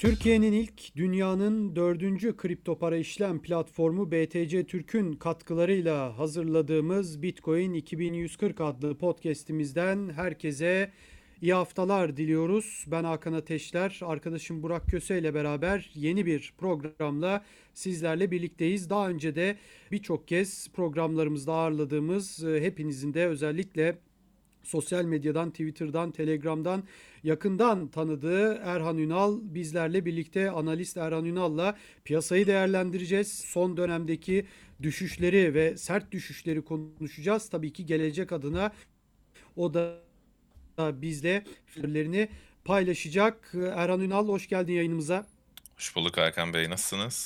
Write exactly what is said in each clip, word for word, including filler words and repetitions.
Türkiye'nin ilk, dünyanın dördüncü kripto para işlem platformu B T C Türk'ün katkılarıyla hazırladığımız Bitcoin iki bin yüz kırk adlı podcast'imizden herkese iyi haftalar diliyoruz. Ben Hakan Ateşler, arkadaşım Burak Köse ile beraber yeni bir programla sizlerle birlikteyiz. Daha önce de birçok kez programlarımızda ağırladığımız, e, hepinizin de özellikle sosyal medyadan, Twitter'dan, Telegram'dan yakından tanıdığı Erhan Ünal bizlerle birlikte. Analist Erhan Ünal'la piyasayı değerlendireceğiz. Son dönemdeki düşüşleri ve sert düşüşleri konuşacağız. Tabii ki gelecek adına o da bizle fikirlerini paylaşacak. Erhan Ünal, hoş geldin yayınımıza. Hoş bulduk Hakan Bey, nasılsınız?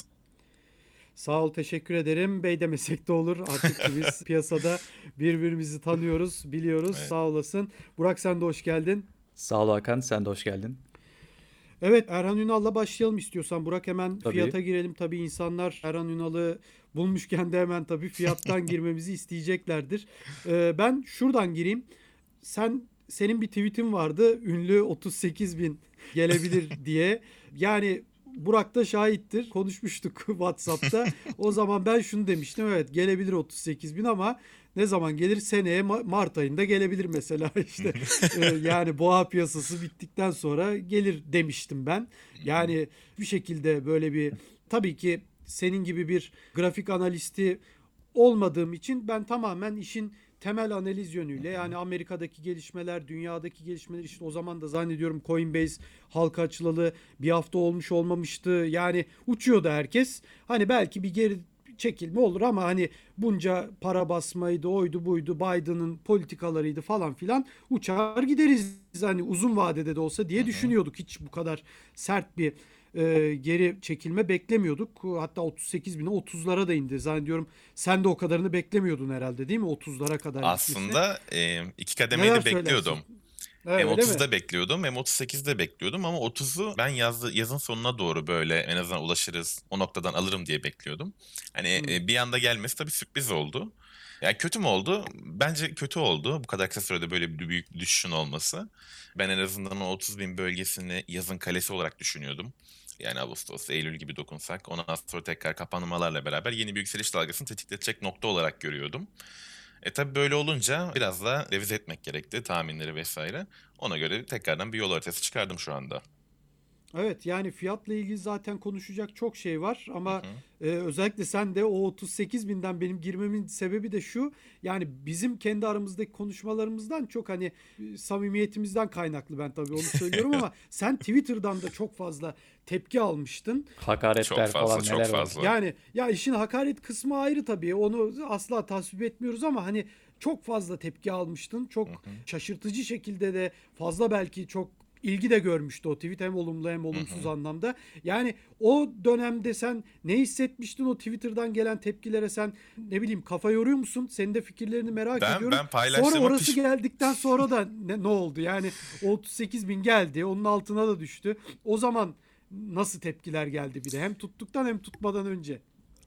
Sağ ol, teşekkür ederim. Bey demesek de olur. Artık biz piyasada birbirimizi tanıyoruz, biliyoruz. Evet. Sağ olasın. Burak, sen de hoş geldin. Sağ ol Hakan, sen de hoş geldin. Evet, Erhan Ünal'la başlayalım istiyorsan. Burak, hemen Tabii. fiyata girelim. Tabii insanlar Erhan Ünal'ı bulmuşken de hemen tabii fiyattan girmemizi isteyeceklerdir. Ee, ben şuradan gireyim. Sen senin bir tweetin vardı. Ünlü otuz sekiz bin gelebilir diye. Yani Burak da şahittir. Konuşmuştuk WhatsApp'ta. O zaman ben şunu demiştim. Evet, gelebilir otuz sekiz bin ama ne zaman gelir? Seneye Ma- Mart ayında gelebilir mesela işte. Ee, yani boğa piyasası bittikten sonra gelir demiştim ben. Yani bir şekilde böyle bir, tabii ki senin gibi bir grafik analisti olmadığım için ben tamamen işin temel analiz yönüyle, yani Amerika'daki gelişmeler, dünyadaki gelişmeler, işte o zaman da zannediyorum Coinbase halka açılalı bir hafta olmuş olmamıştı. Yani uçuyordu herkes. Hani belki bir geri çekilme olur ama hani bunca para basmaydı, oydu buydu, Biden'ın politikalarıydı falan filan, uçar gideriz hani uzun vadede de olsa diye düşünüyorduk. Hiç bu kadar sert bir e, geri çekilme beklemiyorduk. Hatta otuz sekiz bine otuzlara da indi. Zannediyorum sen de o kadarını beklemiyordun herhalde, değil mi? otuzlara kadar gitmesini. Aslında e, iki kademeyi Neler de bekliyordum. söylersin? Ha, Hem öyle mi? otuzda bekliyordum hem otuz sekizde bekliyordum ama otuzu ben yazdı, yazın sonuna doğru böyle en azından ulaşırız, o noktadan alırım diye bekliyordum. Hani Hmm. e, bir anda gelmesi tabii sürpriz oldu. Yani kötü mü oldu? Bence kötü oldu. Bu kadar kısa sürede böyle bir büyük bir düşüşün olması. Ben en azından o otuz bin bölgesini yazın kalesi olarak düşünüyordum. Yani Ağustos, Eylül gibi dokunsak. Ondan sonra tekrar kapanmalarla beraber yeni bir yükseliş dalgasını tetikletecek nokta olarak görüyordum. E tabii böyle olunca biraz da revize etmek gerekti tahminleri vesaire. Ona göre tekrardan bir yol haritası çıkardım şu anda. Evet, yani fiyatla ilgili zaten konuşacak çok şey var Hı ama hı. e, özellikle sen de o otuz sekiz binden benim girmemin sebebi de şu: yani bizim kendi aramızdaki konuşmalarımızdan çok hani e, samimiyetimizden kaynaklı, ben tabii onu söylüyorum ama sen Twitter'dan da çok fazla tepki almıştın. Çok Hakaretler fazla, falan çok neler var. fazla. Yani ya işin hakaret kısmı ayrı tabii, onu asla tasvip etmiyoruz ama hani çok fazla tepki almıştın. Hı Çok hı. şaşırtıcı şekilde de fazla, belki çok ilgi de görmüştü o tweet, hem olumlu hem Hı olumsuz hı. anlamda. Yani o dönemde sen ne hissetmiştin o Twitter'dan gelen tepkilere? Sen ne bileyim kafa yoruyor musun? Senin de fikirlerini merak Ben ediyorum. ben Sonra paylaştığıma orası piş geldikten sonra da ne, ne oldu? Yani o otuz sekiz bin geldi, onun altına da düştü. O zaman nasıl tepkiler geldi bir de? Hem tuttuktan hem tutmadan önce.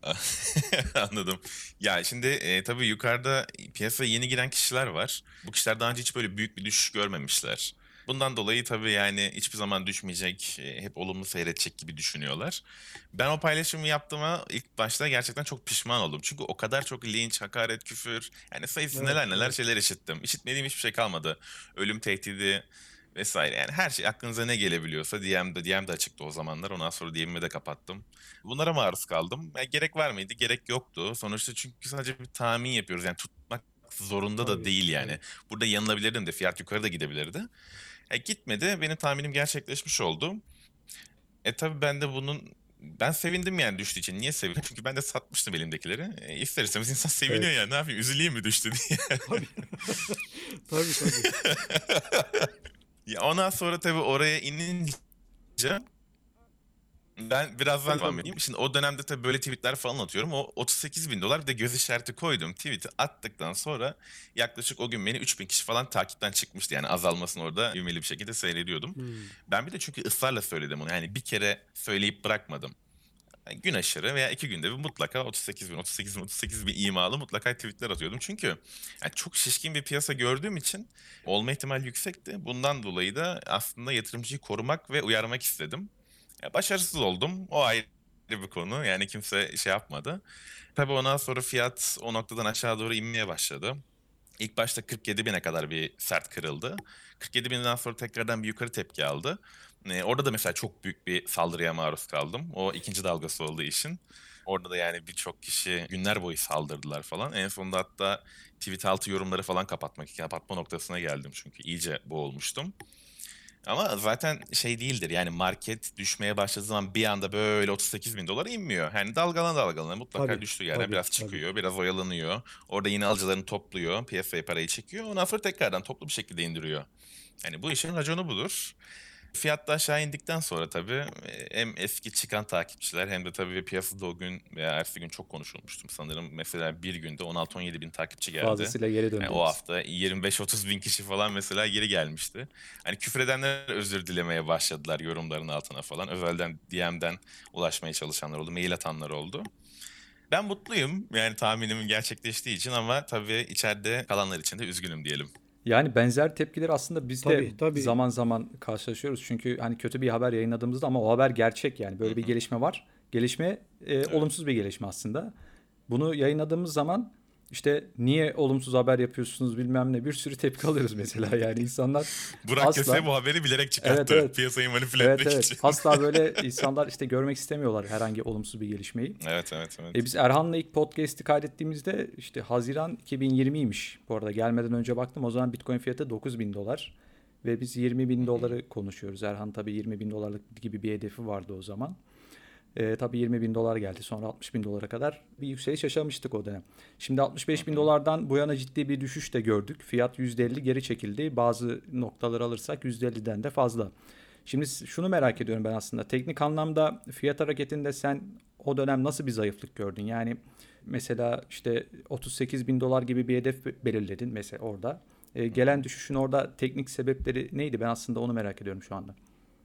Anladım. Ya şimdi e, tabii yukarıda piyasaya yeni giren kişiler var. Bu kişiler daha önce hiç böyle büyük bir düşüş görmemişler. Bundan dolayı tabii yani hiçbir zaman düşmeyecek, e, hep olumlu seyredecek gibi düşünüyorlar. Ben o paylaşımı yaptığıma ilk başta gerçekten çok pişman oldum. Çünkü o kadar çok linç, hakaret, küfür, yani sayısız Evet, neler neler evet. şeyler işittim. İşitmediğim hiçbir şey kalmadı. Ölüm tehdidi vesaire. Yani her şey aklınıza ne gelebiliyorsa D M'de, D M de açıktı o zamanlar. Ondan sonra D M'imi de kapattım. Bunlara maruz kaldım. Yani gerek var mıydı? Gerek yoktu. Sonuçta çünkü sadece bir tahmin yapıyoruz. Yani tutmak zorunda da Tabii, değil yani. tabii. Burada yanılabilirdim de, fiyat yukarı da gidebilirdi. E, gitmedi. Benim tahminim gerçekleşmiş oldu. E tabii ben de bunun ben sevindim yani düştüğü için. Niye sevindim? Çünkü ben de satmıştım elimdekileri. E, ister istemez insan seviniyor Evet. ya. Ne yapayım? Üzüleyim mi düştü diye. Tabii. Tabii, tabii. Ya ondan sonra tabii oraya inince ben birazdan Tabii, devam tabii. edeyim. Şimdi o dönemde tabii böyle tweetler falan atıyorum. O otuz sekiz bin dolar bir de göz işareti koydum. Tweet'i attıktan sonra yaklaşık o gün beni üç bin kişi falan takipten çıkmıştı. Yani azalmasını orada ivmeli bir şekilde seyrediyordum. Hmm. Ben bir de çünkü ısrarla söyledim onu. Yani bir kere söyleyip bırakmadım. Yani gün aşırı veya iki günde bir mutlaka otuz sekiz bin, otuz sekiz bin, otuz sekiz bin imalı mutlaka tweetler atıyordum. Çünkü yani çok şişkin bir piyasa gördüğüm için olma ihtimali yüksekti. Bundan dolayı da aslında yatırımcıyı korumak ve uyarmak istedim. Ya başarısız oldum. O ayrı bir konu. Yani kimse şey yapmadı. Tabii ondan sonra fiyat o noktadan aşağı doğru inmeye başladı. İlk başta kırk yedi bine kadar bir sert kırıldı. kırk yedi binden sonra tekrardan bir yukarı tepki aldı. Ee, orada da mesela çok büyük bir saldırıya maruz kaldım. O ikinci dalgası olduğu için. Orada da yani birçok kişi günler boyu saldırdılar falan. En sonunda hatta tweet altı yorumları falan kapatmak, kapatma noktasına geldim çünkü iyice boğulmuştum. Ama zaten şey değildir yani market düşmeye başladığı zaman bir anda böyle otuz sekiz bin dolara inmiyor. Yani dalgalan dalgalan mutlaka Tabii, düştüğü yerden tabii, biraz tabii. çıkıyor, biraz oyalanıyor. Orada yine alıcılarını topluyor, piyasaya parayı çekiyor. Ondan sonra tekrardan toplu bir şekilde indiriyor. Yani bu işin raconu budur. Fiyat da aşağı indikten sonra tabii e, hem eski çıkan takipçiler hem de tabii piyasada o gün veya ertesi gün çok konuşulmuştum. Sanırım mesela bir günde on altı on yedi bin takipçi geldi. Fazlasıyla geri Yani döndü o hepsi. hafta yirmi beş otuz bin kişi falan mesela geri gelmişti. Hani küfredenler özür dilemeye başladılar yorumların altına falan. Özelden D M'den ulaşmaya çalışanlar oldu, mail atanlar oldu. Ben mutluyum yani tahminimin gerçekleştiği için ama tabii içeride kalanlar için de üzgünüm diyelim. Yani benzer tepkileri aslında biz de Tabii, tabii. zaman zaman karşılaşıyoruz. Çünkü hani kötü bir haber yayınladığımızda ama o haber gerçek yani. Hı Böyle bir hı. gelişme var. Gelişme e, Evet. olumsuz bir gelişme aslında. Bunu yayınladığımız zaman işte niye olumsuz haber yapıyorsunuz bilmem ne bir sürü tepki alıyoruz mesela. Yani insanlar Burak Köse asla bu haberi bilerek evet çıkarttı. evet Piyasayı manipüle evet etmek evet için. asla böyle insanlar işte görmek istemiyorlar herhangi olumsuz bir gelişmeyi. Evet evet E evet. biz Erhan'la ilk podcast'i kaydettiğimizde işte Haziran iki bin yirmiymiş. Bu arada gelmeden önce baktım. O zaman Bitcoin fiyatı dokuz bin dolar. Ve biz yirmi Hı bin hı. doları konuşuyoruz. Erhan tabii yirmi bin dolarlık gibi bir hedefi vardı o zaman. E, tabii yirmi bin dolar geldi. Sonra altmış bin dolara kadar bir yükseliş yaşamıştık o dönem. Şimdi altmış Hı beş bin hı. dolardan bu yana ciddi bir düşüş de gördük. Fiyat yüzde elli geri çekildi. Bazı noktaları alırsak yüzde elliden de fazla. Şimdi şunu merak ediyorum ben aslında. Teknik anlamda fiyat hareketinde sen o dönem nasıl bir zayıflık gördün? Yani mesela işte otuz sekiz bin dolar gibi bir hedef belirledin mesela orada. E, Hı hı. gelen düşüşün orada teknik sebepleri neydi? Ben aslında onu merak ediyorum şu anda.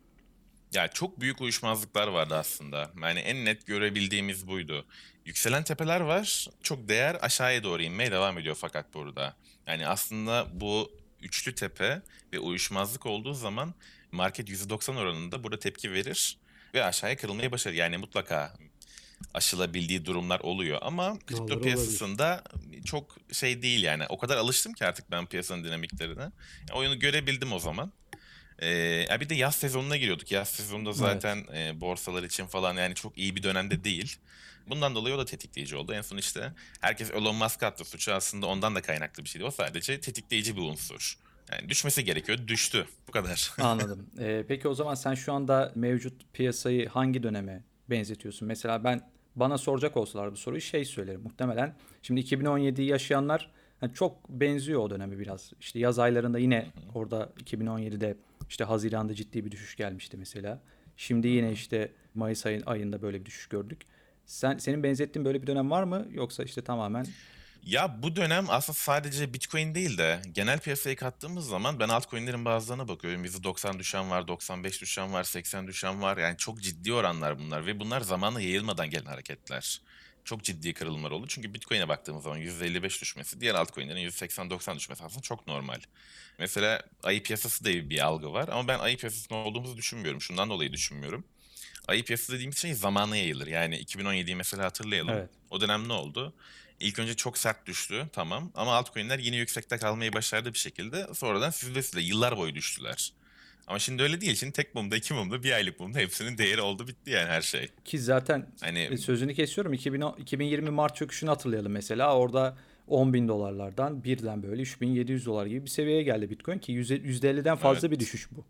Ya çok büyük uyuşmazlıklar vardı aslında. Yani en net görebildiğimiz buydu. Yükselen tepeler var. Çok değer aşağıya doğru inmeye devam ediyor fakat burada. Yani aslında bu üçlü tepe ve uyuşmazlık olduğu zaman market yüzde doksan oranında burada tepki verir ve aşağıya kırılmayı başarır. Yani mutlaka aşılabildiği durumlar oluyor ama kripto Dağları olabilir. piyasasında çok şey değil yani. O kadar alıştım ki artık ben piyasanın dinamiklerine. Yani oyunu görebildim o zaman. Ee, ya bir de yaz sezonuna giriyorduk. Yaz sezonunda Evet. zaten e, borsalar için falan yani çok iyi bir dönemde değil. Bundan dolayı o da tetikleyici oldu. En son işte herkes Elon Musk'a attı suçu. Aslında ondan da kaynaklı bir şeydi. O sadece tetikleyici bir unsur. Yani düşmesi gerekiyor. Düştü. Bu kadar. Anladım. Ee, peki o zaman sen şu anda mevcut piyasayı hangi döneme benzetiyorsun? Mesela ben bana soracak olsalar bu soruyu şey söylerim muhtemelen. Şimdi iki bin on yediyi yaşayanlar hani çok benziyor o dönemi biraz. İşte yaz aylarında Hı yine hı, orada iki bin on yedide işte Haziran'da ciddi bir düşüş gelmişti mesela. Şimdi hı yine hı. işte Mayıs ayın, ayında böyle bir düşüş gördük. Sen senin benzettiğin böyle bir dönem var mı yoksa işte tamamen Ya bu dönem aslında sadece Bitcoin değil de genel piyasaya kattığımız zaman ben altcoin'lerin bazılarına bakıyorum. yüzde doksan düşen var, doksan beş düşen var, seksen düşen var. Yani çok ciddi oranlar bunlar ve bunlar zamanla yayılmadan gelen hareketler. Çok ciddi kırılımlar oldu. Çünkü Bitcoin'e baktığımız zaman yüzde elli beş düşmesi, diğer altcoin'lerin yüzde seksen doksan düşmesi aslında çok normal. Mesela ayı piyasası diye bir algı var ama ben ayı piyasasında olduğumuzu düşünmüyorum. Şundan dolayı düşünmüyorum. Ayı piyasası dediğimiz şey zamana yayılır. Yani iki bin on yediyi mesela hatırlayalım. evet. O dönem ne oldu? İlk önce çok sert düştü, tamam. Ama altcoin'ler yine yüksekte kalmayı başardı bir şekilde. Sonradan süzüle süzüle yıllar boyu düştüler. Ama şimdi öyle değil. Şimdi tek mumda, iki mumda, bir aylık mumda hepsinin değeri oldu bitti yani her şey. Ki zaten Hani e, sözünü kesiyorum. iki bin, on iki bin yirmi Mart çöküşünü hatırlayalım mesela. Orada on bin dolarlardan birden böyle üç bin yedi yüz dolar gibi bir seviyeye geldi Bitcoin ki yüzde yüzde elliden fazla bir evet, düşüş bu.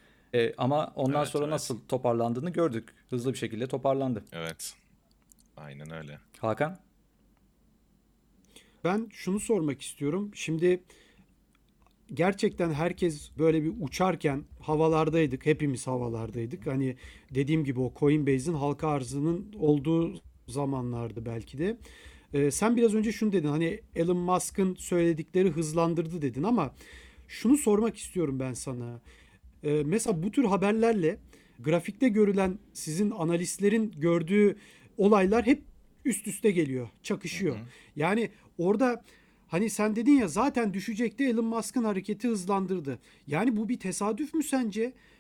E, ama ondan evet, sonra evet, nasıl toparlandığını gördük. Hızlı bir şekilde toparlandı. evet. Aynen öyle. Hakan? Ben şunu sormak istiyorum. Şimdi gerçekten herkes böyle bir uçarken havalardaydık. Hepimiz havalardaydık. Hani dediğim gibi o Coinbase'in halka arzının olduğu zamanlardı belki de. Ee, sen biraz önce şunu dedin. Hani Elon Musk'ın söyledikleri hızlandırdı dedin ama şunu sormak istiyorum ben sana. Ee, mesela bu tür haberlerle grafikte görülen sizin analistlerin gördüğü olaylar hep üst üste geliyor, Hı çakışıyor. hı. Yani orada hani sen dedin ya zaten düşecekti Elon Musk'ın hareketi hızlandırdı. Yani bu bir tesadüf mü sence?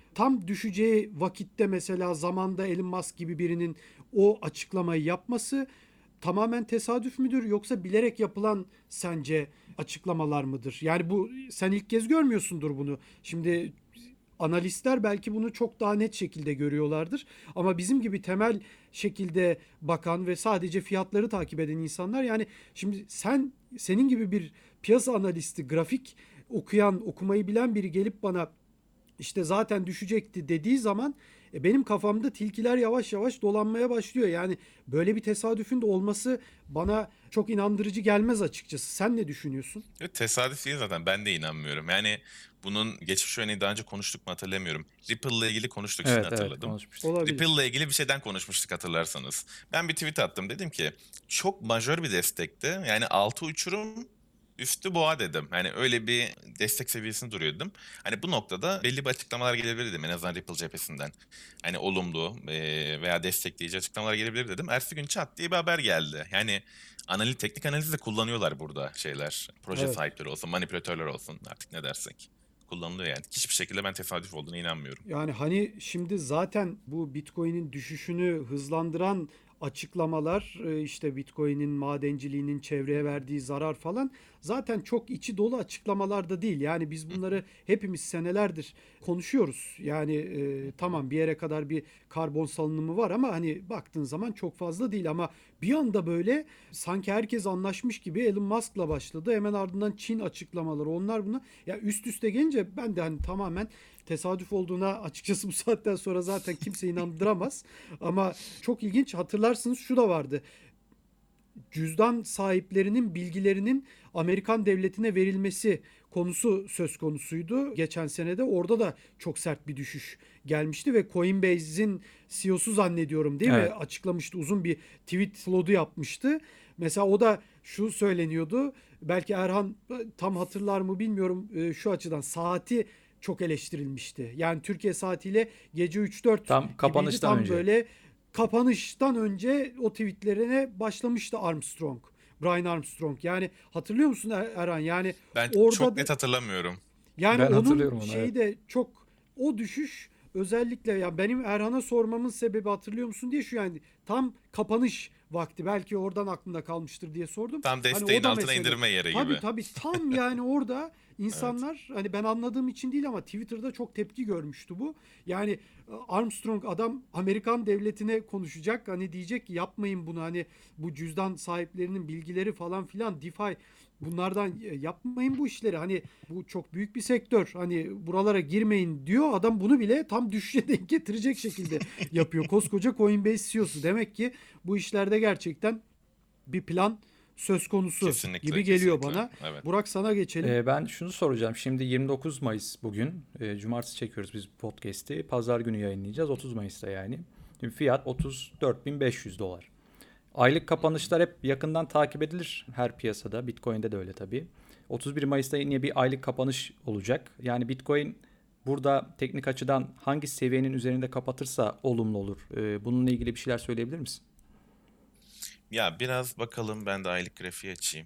tam düşeceği vakitte mesela zamanda Elon Musk gibi birinin o açıklamayı yapması tamamen tesadüf müdür yoksa bilerek yapılan sence açıklamalar mıdır? Yani bu sen ilk kez görmüyorsundur bunu. Şimdi analistler belki bunu çok daha net şekilde görüyorlardır. Ama bizim gibi temel şekilde bakan ve sadece fiyatları takip eden insanlar yani şimdi sen senin gibi bir piyasa analisti, grafik okuyan, okumayı bilen biri gelip bana işte zaten düşecekti dediği zaman e, benim kafamda tilkiler yavaş yavaş dolanmaya başlıyor. Yani böyle bir tesadüfün de olması bana çok inandırıcı gelmez açıkçası. Sen ne düşünüyorsun? Evet, tesadüf değil zaten, ben de inanmıyorum. Yani bunun geçmiş örneği daha önce konuştuk mu hatırlamıyorum. Ripple'la ilgili konuştuk, şimdi Evet evet hatırladım. konuşmuştuk. Olabilir. Ripple'la ilgili bir şeyden konuşmuştuk hatırlarsanız. Ben bir tweet attım, dedim ki çok majör bir destekti. Yani altı uçurum üstü boğa dedim. Yani öyle bir destek seviyesini duruyor dedim. Hani bu noktada belli bir açıklamalar gelebilir dedim, en azından Ripple cephesinden. Hani olumlu eee, veya destekleyici açıklamalar gelebilir dedim. Ertesi gün çat diye bir haber geldi. Yani analiz, teknik analizi de kullanıyorlar burada şeyler. Proje Evet. sahipleri olsun, manipülatörler olsun, artık ne dersek. Kullanılıyor yani. Hiçbir şekilde ben tesadüf olduğuna inanmıyorum. Yani hani şimdi zaten bu Bitcoin'in düşüşünü hızlandıran açıklamalar e, işte Bitcoin'in madenciliğinin çevreye verdiği zarar falan zaten çok içi dolu açıklamalar da değil. Yani biz bunları hepimiz senelerdir konuşuyoruz. Yani e, tamam bir yere kadar bir karbon salınımı var ama hani baktığın zaman çok fazla değil ama bir anda böyle sanki herkes anlaşmış gibi Elon Musk'la başladı. Hemen ardından Çin açıklamaları onlar buna ya üst üste gelince ben de hani tamamen tesadüf olduğuna açıkçası bu saatten sonra zaten kimse inandıramaz. Ama çok ilginç hatırlarsınız şu da vardı. Cüzdan sahiplerinin bilgilerinin Amerikan devletine verilmesi konusu söz konusuydu. Geçen senede orada da çok sert bir düşüş gelmişti ve Coinbase'in C E O'su zannediyorum değil mi? Evet. Açıklamıştı, uzun bir tweet flood'u yapmıştı. Mesela o da şu söyleniyordu. Belki Erhan tam hatırlar mı bilmiyorum, e, şu açıdan saati çok eleştirilmişti. Yani Türkiye saatiyle gece üç dört Tam gibiydi. kapanıştan Tam önce. böyle kapanıştan önce o tweetlerine başlamıştı Armstrong. Brian Armstrong. Yani hatırlıyor musun Er- Erhan? Yani Ben orada çok da net hatırlamıyorum. yani Ben onun hatırlıyorum onu, şeyi evet. de çok o düşüş özellikle ya benim Erhan'a sormamın sebebi hatırlıyor musun diye şu yani tam kapanış vakti belki oradan aklında kalmıştır diye sordum. Tam Hani desteğin o da altına mesele. indirme yeri Tabii gibi. tabii tam yani orada Evet. insanlar hani ben anladığım için değil ama Twitter'da çok tepki görmüştü bu. Yani Armstrong adam Amerikan devletine konuşacak. Hani diyecek ki yapmayın bunu hani bu cüzdan sahiplerinin bilgileri falan filan DeFi bunlardan e, yapmayın bu işleri. Hani bu çok büyük bir sektör. Hani buralara girmeyin diyor. Adam bunu bile tam düşüşe denk getirecek şekilde yapıyor. Koskoca Coinbase C E O'su. Demek ki bu işlerde gerçekten bir plan söz konusu Kesinlikle, gibi geliyor kesinlikle. bana. Evet. Burak sana geçelim. Ee, ben şunu soracağım. Şimdi yirmi dokuz Mayıs bugün. Ee, cumartesi çekiyoruz biz podcast'i. Pazar günü yayınlayacağız. otuz Mayıs'ta yani. Şimdi fiyat otuz dört bin beş yüz dolar. Aylık kapanışlar hep yakından takip edilir her piyasada. Bitcoin'de de öyle tabii. otuz bir Mayıs'ta yine bir aylık kapanış olacak. Yani Bitcoin burada teknik açıdan hangi seviyenin üzerinde kapatırsa olumlu olur. Ee, bununla ilgili bir şeyler söyleyebilir misin? Ya biraz bakalım, ben de aylık grafiği açayım.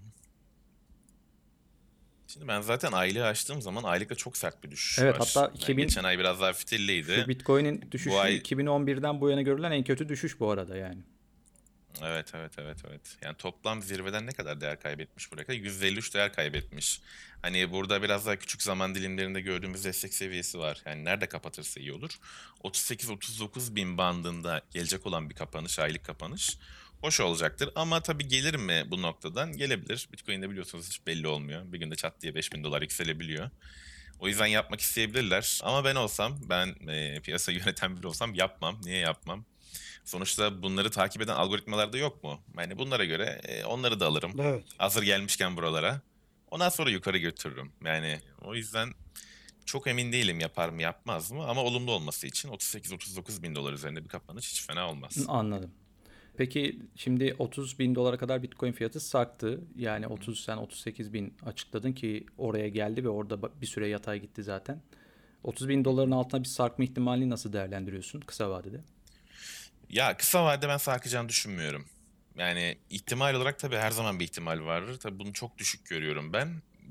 Şimdi ben zaten aylığı açtığım zaman aylıkta çok sert bir düşüş Evet, var. hatta Yani iki bin geçen ay biraz daha şu fitilliydi. Bitcoin'in Bu düşüşü ay iki bin on birden bu yana görülen en kötü düşüş bu arada yani. evet evet evet evet. Yani toplam zirveden ne kadar değer kaybetmiş buraya kadar? yüzde elli üç değer kaybetmiş. Hani burada biraz daha küçük zaman dilimlerinde gördüğümüz destek seviyesi var. Yani nerede kapatırsa iyi olur. otuz sekiz otuz dokuz bin bandında gelecek olan bir kapanış, aylık kapanış hoş olacaktır. Ama tabii gelir mi bu noktadan? Gelebilir. Bitcoin'de biliyorsunuz hiç belli olmuyor. Bir günde çat diye beş bin dolar yükselebiliyor. O yüzden yapmak isteyebilirler. Ama ben olsam, ben e, piyasayı yöneten biri olsam yapmam. Niye yapmam? Sonuçta bunları takip eden algoritmalar da yok mu? Yani bunlara göre e, onları da alırım. Evet. Hazır gelmişken buralara. Ondan sonra yukarı götürürüm. Yani o yüzden çok emin değilim yapar mı yapmaz mı, ama olumlu olması için otuz sekiz otuz dokuz bin dolar üzerinde bir kapanış hiç fena olmaz. Anladım. Peki şimdi otuz bin dolara kadar Bitcoin fiyatı sarktı. Yani otuz sen otuz sekiz bin açıkladın ki oraya geldi ve orada ba- bir süre yatay gitti zaten. otuz bin doların altına bir sarkma ihtimalini nasıl değerlendiriyorsun kısa vadede? Ya kısa vadede ben sarkacağını düşünmüyorum. Yani ihtimal olarak tabii her zaman bir ihtimal vardır. Tabii bunu çok düşük görüyorum ben.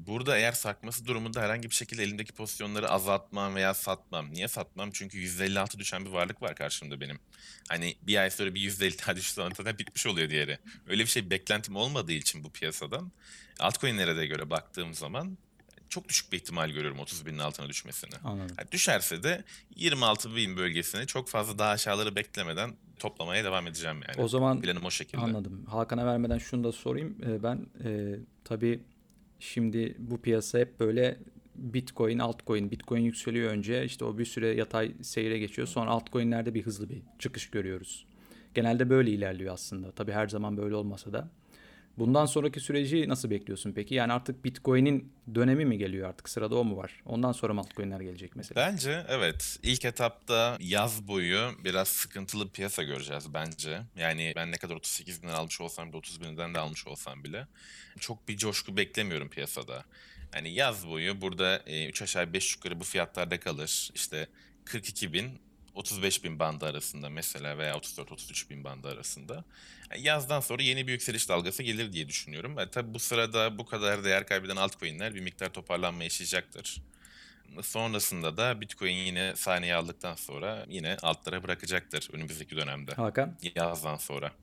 burada eğer sarkması durumunda herhangi bir şekilde elimdeki pozisyonları azaltmam veya satmam. Niye satmam? Çünkü yüzde elli altı düşen bir varlık var karşımda benim. Hani bir ay sonra bir yüzde elli daha düşse zaten bitmiş oluyor diğeri. Öyle bir şey beklentim olmadığı için bu piyasadan altcoin'lere de göre baktığım zaman çok düşük bir ihtimal görüyorum otuz binin altına düşmesini. Anladım. Yani düşerse de yirmi altı bin bölgesini çok fazla daha aşağıları beklemeden toplamaya devam edeceğim yani. O zaman Planım o şekilde. anladım. Hakan'a vermeden şunu da sorayım. Ee, Ben e, tabii şimdi bu piyasa hep böyle Bitcoin, altcoin. Bitcoin yükseliyor önce. İşte o bir süre yatay seyre geçiyor. Sonra altcoin'lerde bir hızlı bir çıkış görüyoruz. Genelde böyle ilerliyor aslında. Tabii her zaman böyle olmasa da. Bundan sonraki süreci nasıl bekliyorsun peki? Yani artık Bitcoin'in dönemi mi geliyor artık? Sırada o mu var? Ondan sonra mı altcoin'ler gelecek mesela? Bence evet. İlk etapta yaz boyu biraz sıkıntılı bir piyasa göreceğiz bence. Yani ben ne kadar otuz sekiz binden almış olsam bile otuz binden de almış olsam bile çok bir coşku beklemiyorum piyasada. Yani yaz boyu burada üç aşağı beş yukarı bu fiyatlarda kalır. İşte kırk iki bin otuz beş bin bandı arasında mesela veya otuz dört otuz üç bin bandı arasında. Yani yazdan sonra yeni bir yükseliş dalgası gelir diye düşünüyorum. E, tabii bu sırada bu kadar değer kaybeden altcoin'ler bir miktar toparlanma yaşayacaktır. Sonrasında da Bitcoin yine sahneye aldıktan sonra yine altlara bırakacaktır önümüzdeki dönemde. Hakan? Yazdan sonra.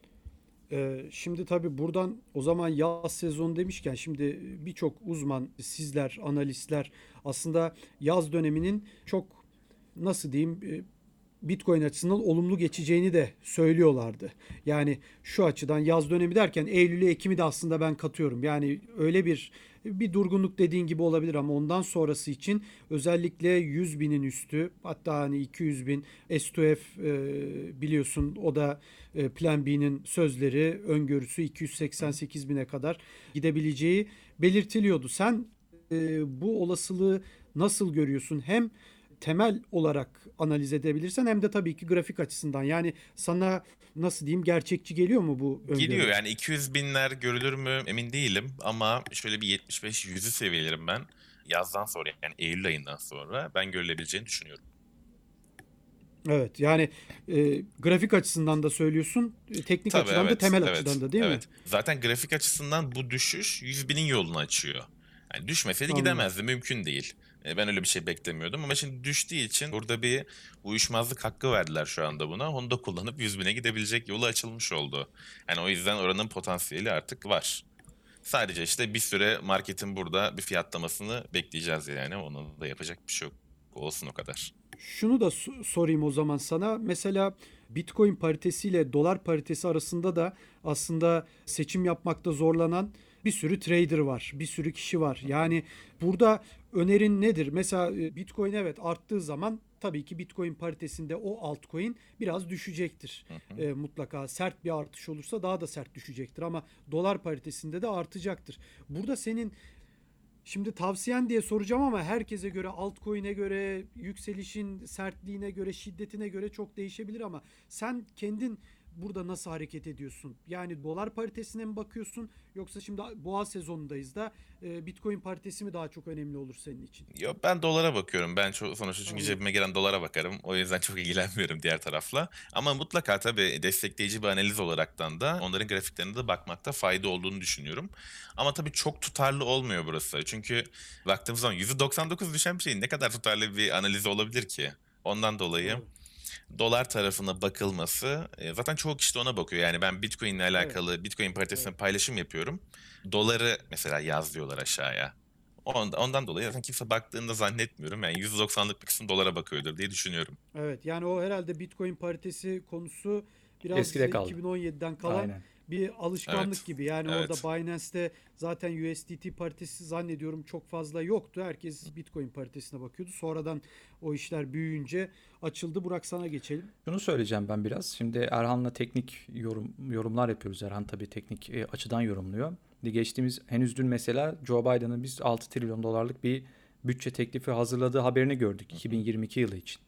Ee, şimdi tabii buradan o zaman yaz sezonu demişken şimdi birçok uzman, sizler, analistler aslında yaz döneminin çok nasıl diyeyim e, Bitcoin açısından olumlu geçeceğini de söylüyorlardı. Yani şu açıdan yaz dönemi derken Eylül'ü Ekim'i de aslında ben katıyorum. Yani öyle bir bir durgunluk dediğin gibi olabilir ama ondan sonrası için özellikle yüz binin üstü hatta hani iki yüz bin S iki F e, biliyorsun o da e, Plan B'nin sözleri öngörüsü iki yüz seksen sekiz bine kadar gidebileceği belirtiliyordu. Sen e, bu olasılığı nasıl görüyorsun? Hem temel olarak analiz edebilirsen hem de tabii ki grafik açısından. Yani sana nasıl diyeyim gerçekçi geliyor mu bu Geliyor öngörü? yani iki yüz binler görülür mü emin değilim ama şöyle bir yetmiş beş yüzü seviyelerim ben. Yazdan sonra yani Eylül ayından sonra ben görülebileceğini düşünüyorum. Evet yani e, grafik açısından da söylüyorsun, e, teknik Tabii açıdan da evet, temel evet, açıdan da değil mi? evet. Zaten grafik açısından bu düşüş yüz binin yolunu açıyor. Yani düşmeseydi Anladım. gidemezdi, mümkün değil. E, Ben öyle bir şey beklemiyordum ama şimdi düştüğü için burada bir uyuşmazlık hakkı verdiler şu anda buna. Onu da kullanıp yüz bine gidebilecek yolu açılmış oldu. Yani o yüzden oranın potansiyeli artık var. Sadece işte bir süre marketin burada bir fiyatlamasını bekleyeceğiz yani. Onun da yapacak bir şey yok. Olsun o kadar. Şunu da so- sorayım o zaman sana. Mesela Bitcoin paritesiyle dolar paritesi arasında da aslında seçim yapmakta zorlanan bir sürü trader var, bir sürü kişi var. Yani burada önerin nedir? Mesela e, Bitcoin evet arttığı zaman tabii ki Bitcoin paritesinde o altcoin biraz düşecektir. Hı hı. E, mutlaka sert bir artış olursa daha da sert düşecektir ama dolar paritesinde de artacaktır. Burada senin şimdi tavsiyen diye soracağım ama herkese göre, altcoin'e göre, yükselişin sertliğine göre, şiddetine göre çok değişebilir ama sen kendin burada nasıl hareket ediyorsun? Yani dolar paritesine mi bakıyorsun yoksa şimdi boğa sezonundayız da e, Bitcoin paritesi mi daha çok önemli olur senin için? Yok ben dolara bakıyorum. Ben çok, sonuçta çünkü Anladım. cebime giren dolara bakarım. O yüzden çok ilgilenmiyorum diğer tarafla. Ama mutlaka tabii destekleyici bir analiz olaraktan da onların grafiklerine de bakmakta fayda olduğunu düşünüyorum. Ama tabii çok tutarlı olmuyor burası. Çünkü baktığımız zaman yüzde doksan dokuz düşen bir şeyin ne kadar tutarlı bir analizi olabilir ki? Ondan dolayı Doğru. dolar tarafına bakılması e, zaten çoğu kişi de ona bakıyor. Yani ben Bitcoin ile Evet. alakalı Bitcoin paritesine Evet. paylaşım yapıyorum. Doları mesela yaz diyorlar aşağıya. Ondan, ondan dolayı zaten kimse baktığında zannetmiyorum. Yani yüzde doksanlık bir kısım dolara bakıyordur diye düşünüyorum. Evet yani o herhalde Bitcoin paritesi konusu biraz Eskide kaldı. iki bin on yediden kalan Aynen. bir alışkanlık Evet. gibi. Yani orada Evet. Binance'te zaten U S D T paritesi zannediyorum çok fazla yoktu. Herkes Bitcoin paritesine bakıyordu. Sonradan o işler büyüyünce açıldı. Burak sana geçelim. Şunu söyleyeceğim ben biraz. Şimdi Erhan'la teknik yorum yorumlar yapıyoruz. Erhan tabii teknik e, açıdan yorumluyor. Şimdi geçtiğimiz henüz dün mesela Joe Biden'ın biz altı trilyon dolarlık bir bütçe teklifi hazırladığı haberini gördük iki bin yirmi iki yılı için.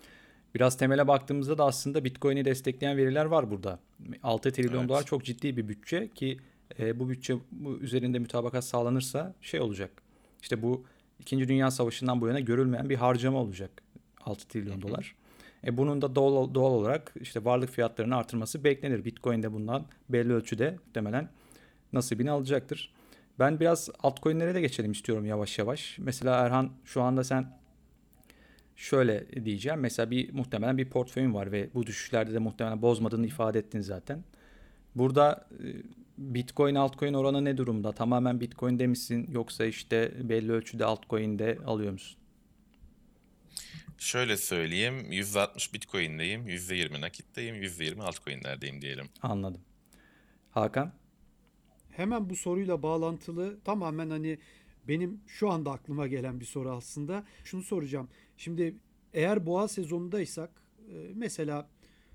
Biraz temele baktığımızda da aslında Bitcoin'i destekleyen veriler var burada. altı trilyon dolar Evet. çok ciddi bir bütçe ki e, bu bütçe bu üzerinde mütabakat sağlanırsa şey olacak. İşte bu İkinci Dünya Savaşı'ndan bu yana görülmeyen bir harcama olacak altı trilyon dolar. E bunun da doğal, doğal olarak işte varlık fiyatlarının artırması beklenir. Bitcoin de bundan belli ölçüde muhtemelen nasibini alacaktır. Ben biraz altcoin'lere de geçelim istiyorum yavaş yavaş. Mesela Erhan, şu anda sen şöyle diyeceğim. Mesela bir muhtemelen bir portföyün var ve bu düşüşlerde de muhtemelen bozmadığını ifade ettin zaten. Burada e, Bitcoin altcoin oranı ne durumda? Tamamen Bitcoin'de misin yoksa işte belli ölçüde altcoin'de alıyor musun? Şöyle söyleyeyim, yüzde altmış Bitcoin'deyim, yüzde yirmi nakitteyim, yüzde yirmi altcoin'lerdeyim diyelim. Anladım. Hakan? Hemen bu soruyla bağlantılı tamamen hani benim şu anda aklıma gelen bir soru aslında. Şunu soracağım. Şimdi eğer boğa sezonundaysak e, mesela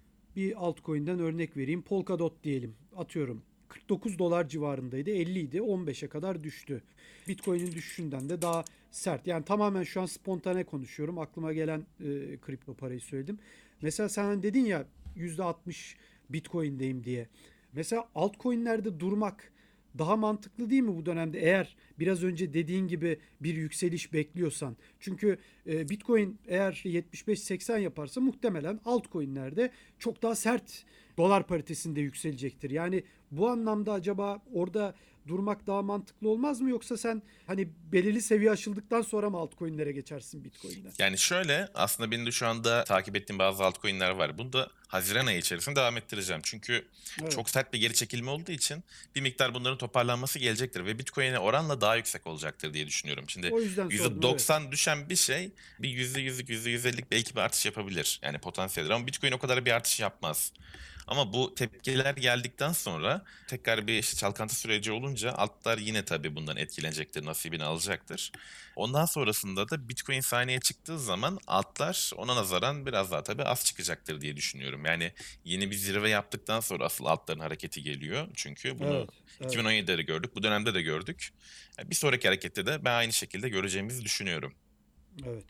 bir altcoin'den örnek vereyim. Polkadot diyelim. Atıyorum. kırk dokuz dolar civarındaydı. elli idi. on beşe kadar düştü. Bitcoin'in düşüşünden de daha sert. Yani tamamen şu an spontane konuşuyorum. Aklıma gelen e, kripto parayı söyledim. Mesela sen hani dedin ya yüzde altmış Bitcoin'deyim diye. Mesela altcoin'lerde durmak daha mantıklı değil mi bu dönemde, eğer biraz önce dediğin gibi bir yükseliş bekliyorsan? Çünkü e, Bitcoin eğer yetmiş beş seksen yaparsa muhtemelen altcoin'lerde çok daha sert dolar paritesinde yükselecektir. Yani bu anlamda acaba orada durmak daha mantıklı olmaz mı, yoksa sen hani belirli seviye aşıldıktan sonra mı altcoin'lere geçersin Bitcoin'den? Yani şöyle, aslında benim de şu anda takip ettiğim bazı altcoin'ler var. Bunu da Haziran ayı içerisinde devam ettireceğim. Çünkü Evet. çok sert bir geri çekilme olduğu için bir miktar bunların toparlanması gelecektir ve Bitcoin'e oranla daha yüksek olacaktır diye düşünüyorum. Şimdi O yüzden sordum, evet. yüzde doksan düşen bir şey bir yüzde yüzlük, yüzde yüz ellilik belki bir artış yapabilir. Yani potansiyeldir ama Bitcoin o kadar bir artış yapmaz. Ama bu tepkiler geldikten sonra tekrar bir işte çalkantı süreci olunca altlar yine tabii bundan etkilenecektir, nasibini alacaktır. Ondan sonrasında da Bitcoin sahneye çıktığı zaman altlar ona nazaran biraz daha tabii az çıkacaktır diye düşünüyorum. Yani yeni bir zirve yaptıktan sonra asıl altların hareketi geliyor. Çünkü bunu Evet, evet, iki bin on yedide de gördük, bu dönemde de gördük. Yani bir sonraki harekette de ben aynı şekilde göreceğimizi düşünüyorum. evet.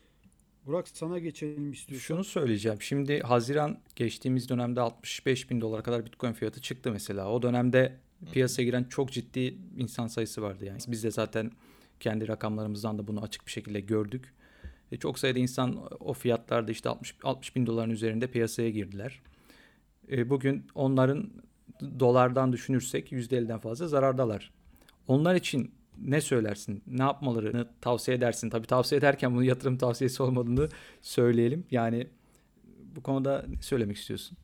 Burak, sana geçelim Şunu istiyorsan. söyleyeceğim. Şimdi Haziran geçtiğimiz dönemde altmış beş bin dolara kadar Bitcoin fiyatı çıktı mesela. O dönemde piyasaya giren çok ciddi insan sayısı vardı yani. Biz de zaten kendi rakamlarımızdan da bunu açık bir şekilde gördük. E, çok sayıda insan o fiyatlarda işte altmış, altmış bin doların üzerinde piyasaya girdiler. E, bugün onların dolardan düşünürsek yüzde elliden fazla zarardalar. Onlar için ne söylersin? Ne yapmalarını tavsiye edersin? Tabii tavsiye ederken bunu yatırım tavsiyesi olmadığını söyleyelim. Yani bu konuda ne söylemek istiyorsun?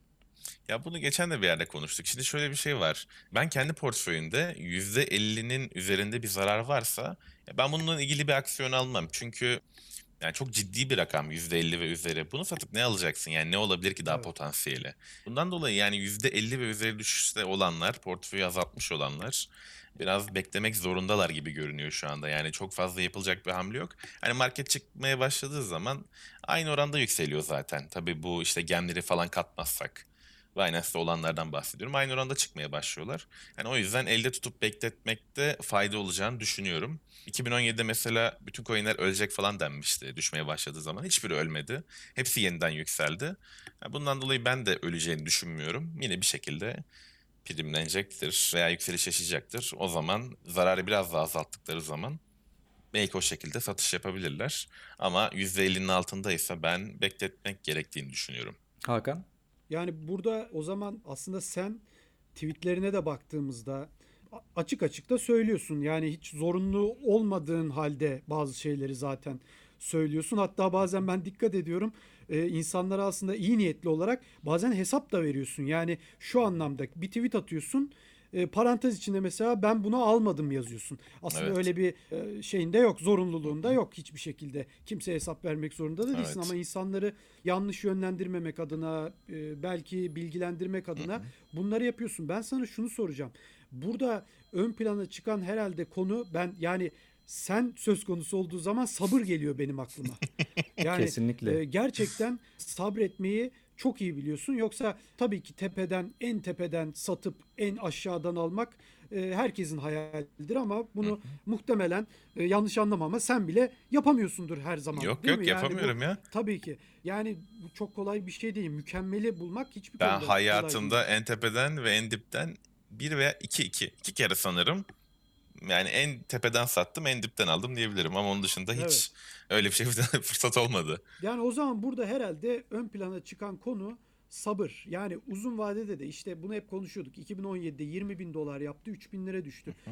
Ya bunu geçen de bir yerde konuştuk. Şimdi şöyle bir şey var. Ben kendi portföyümde yüzde ellinin üzerinde bir zarar varsa ya ben bununla ilgili bir aksiyon almam. Çünkü yani çok ciddi bir rakam yüzde elli ve üzeri. Bunu satıp ne alacaksın? Yani ne olabilir ki daha Evet. potansiyeli? Bundan dolayı yani yüzde elli ve üzeri düşüşte olanlar, portföyü azaltmış olanlar biraz beklemek zorundalar gibi görünüyor şu anda. Yani çok fazla yapılacak bir hamle yok. Hani market çıkmaya başladığı zaman aynı oranda yükseliyor zaten. Tabii bu işte gemleri falan katmazsak. Binance'de olanlardan bahsediyorum. Aynı oranda çıkmaya başlıyorlar. Yani o yüzden elde tutup bekletmekte fayda olacağını düşünüyorum. iki bin on yedide mesela bütün coinler ölecek falan denmişti düşmeye başladığı zaman. Hiçbiri ölmedi. Hepsi yeniden yükseldi. Yani bundan dolayı ben de öleceğini düşünmüyorum. Yine bir şekilde primlenecektir veya yükseliş yaşayacaktır. O zaman zararı biraz daha azalttıkları zaman belki o şekilde satış yapabilirler. Ama yüzde ellinin altındaysa ben bekletmek gerektiğini düşünüyorum. Hakan? Yani burada o zaman aslında sen tweetlerine de baktığımızda a- açık açık da söylüyorsun. Yani hiç zorunlu olmadığın halde bazı şeyleri zaten söylüyorsun. Hatta bazen ben dikkat ediyorum, e, insanlara aslında iyi niyetli olarak bazen hesap da veriyorsun. Yani şu anlamda bir tweet atıyorsun. E, parantez içinde mesela ben bunu almadım yazıyorsun. Aslında Evet. öyle bir e, şeyinde yok, zorunluluğunda yok hiçbir şekilde. Kimseye hesap vermek zorunda da değilsin, Evet. ama insanları yanlış yönlendirmemek adına, e, belki bilgilendirmek adına bunları yapıyorsun. Ben sana şunu soracağım. Burada ön plana çıkan herhalde konu, ben yani sen söz konusu olduğu zaman sabır geliyor benim aklıma. Yani Kesinlikle. e, gerçekten sabretmeyi çok iyi biliyorsun. Yoksa tabii ki tepeden, en tepeden satıp en aşağıdan almak e, herkesin hayalidir, ama bunu muhtemelen, e, yanlış anlama ama sen bile yapamıyorsundur her zaman, Yok değil mi? yok Yani bu yapamıyorum ya. tabii ki. Yani bu çok kolay bir şey değil. Mükemmeli bulmak hiçbir Ben konuda kolay değil. hayatımda en tepeden ve en dipten bir veya iki iki iki kere sanırım. Yani en tepeden sattım, en dipten aldım diyebilirim ama onun dışında Evet. hiç öyle bir şey fırsat olmadı. Yani o zaman burada herhalde ön plana çıkan konu sabır. Yani uzun vadede de işte bunu hep konuşuyorduk. iki bin on yedide yirmi bin dolar yaptı, üç bin lira düştü.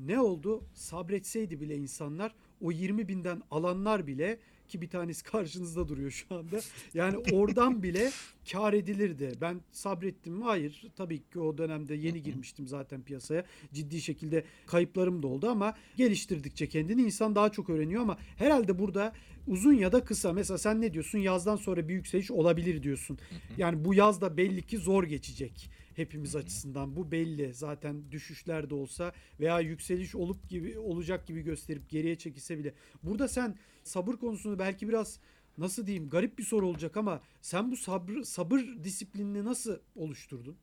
ne oldu? Sabretseydi bile insanlar, o yirmi binden alanlar bile, ki bir tanesi karşınızda duruyor şu anda. Yani oradan bile kar edilirdi. Ben sabrettim mi? Hayır. Tabii ki o dönemde yeni girmiştim zaten piyasaya. Ciddi şekilde kayıplarım da oldu ama geliştirdikçe kendini insan daha çok öğreniyor. Ama herhalde burada uzun ya da kısa. Mesela sen ne diyorsun? Yazdan sonra bir yükseliş olabilir diyorsun. Yani bu yaz da belli ki zor geçecek hepimiz açısından. Bu belli. Zaten düşüşler de olsa veya yükseliş olup gibi olacak gibi gösterip geriye çekilse bile. Burada sen sabır konusunu belki biraz, nasıl diyeyim, garip bir soru olacak ama sen bu sabır, sabır disiplinini nasıl oluşturdun?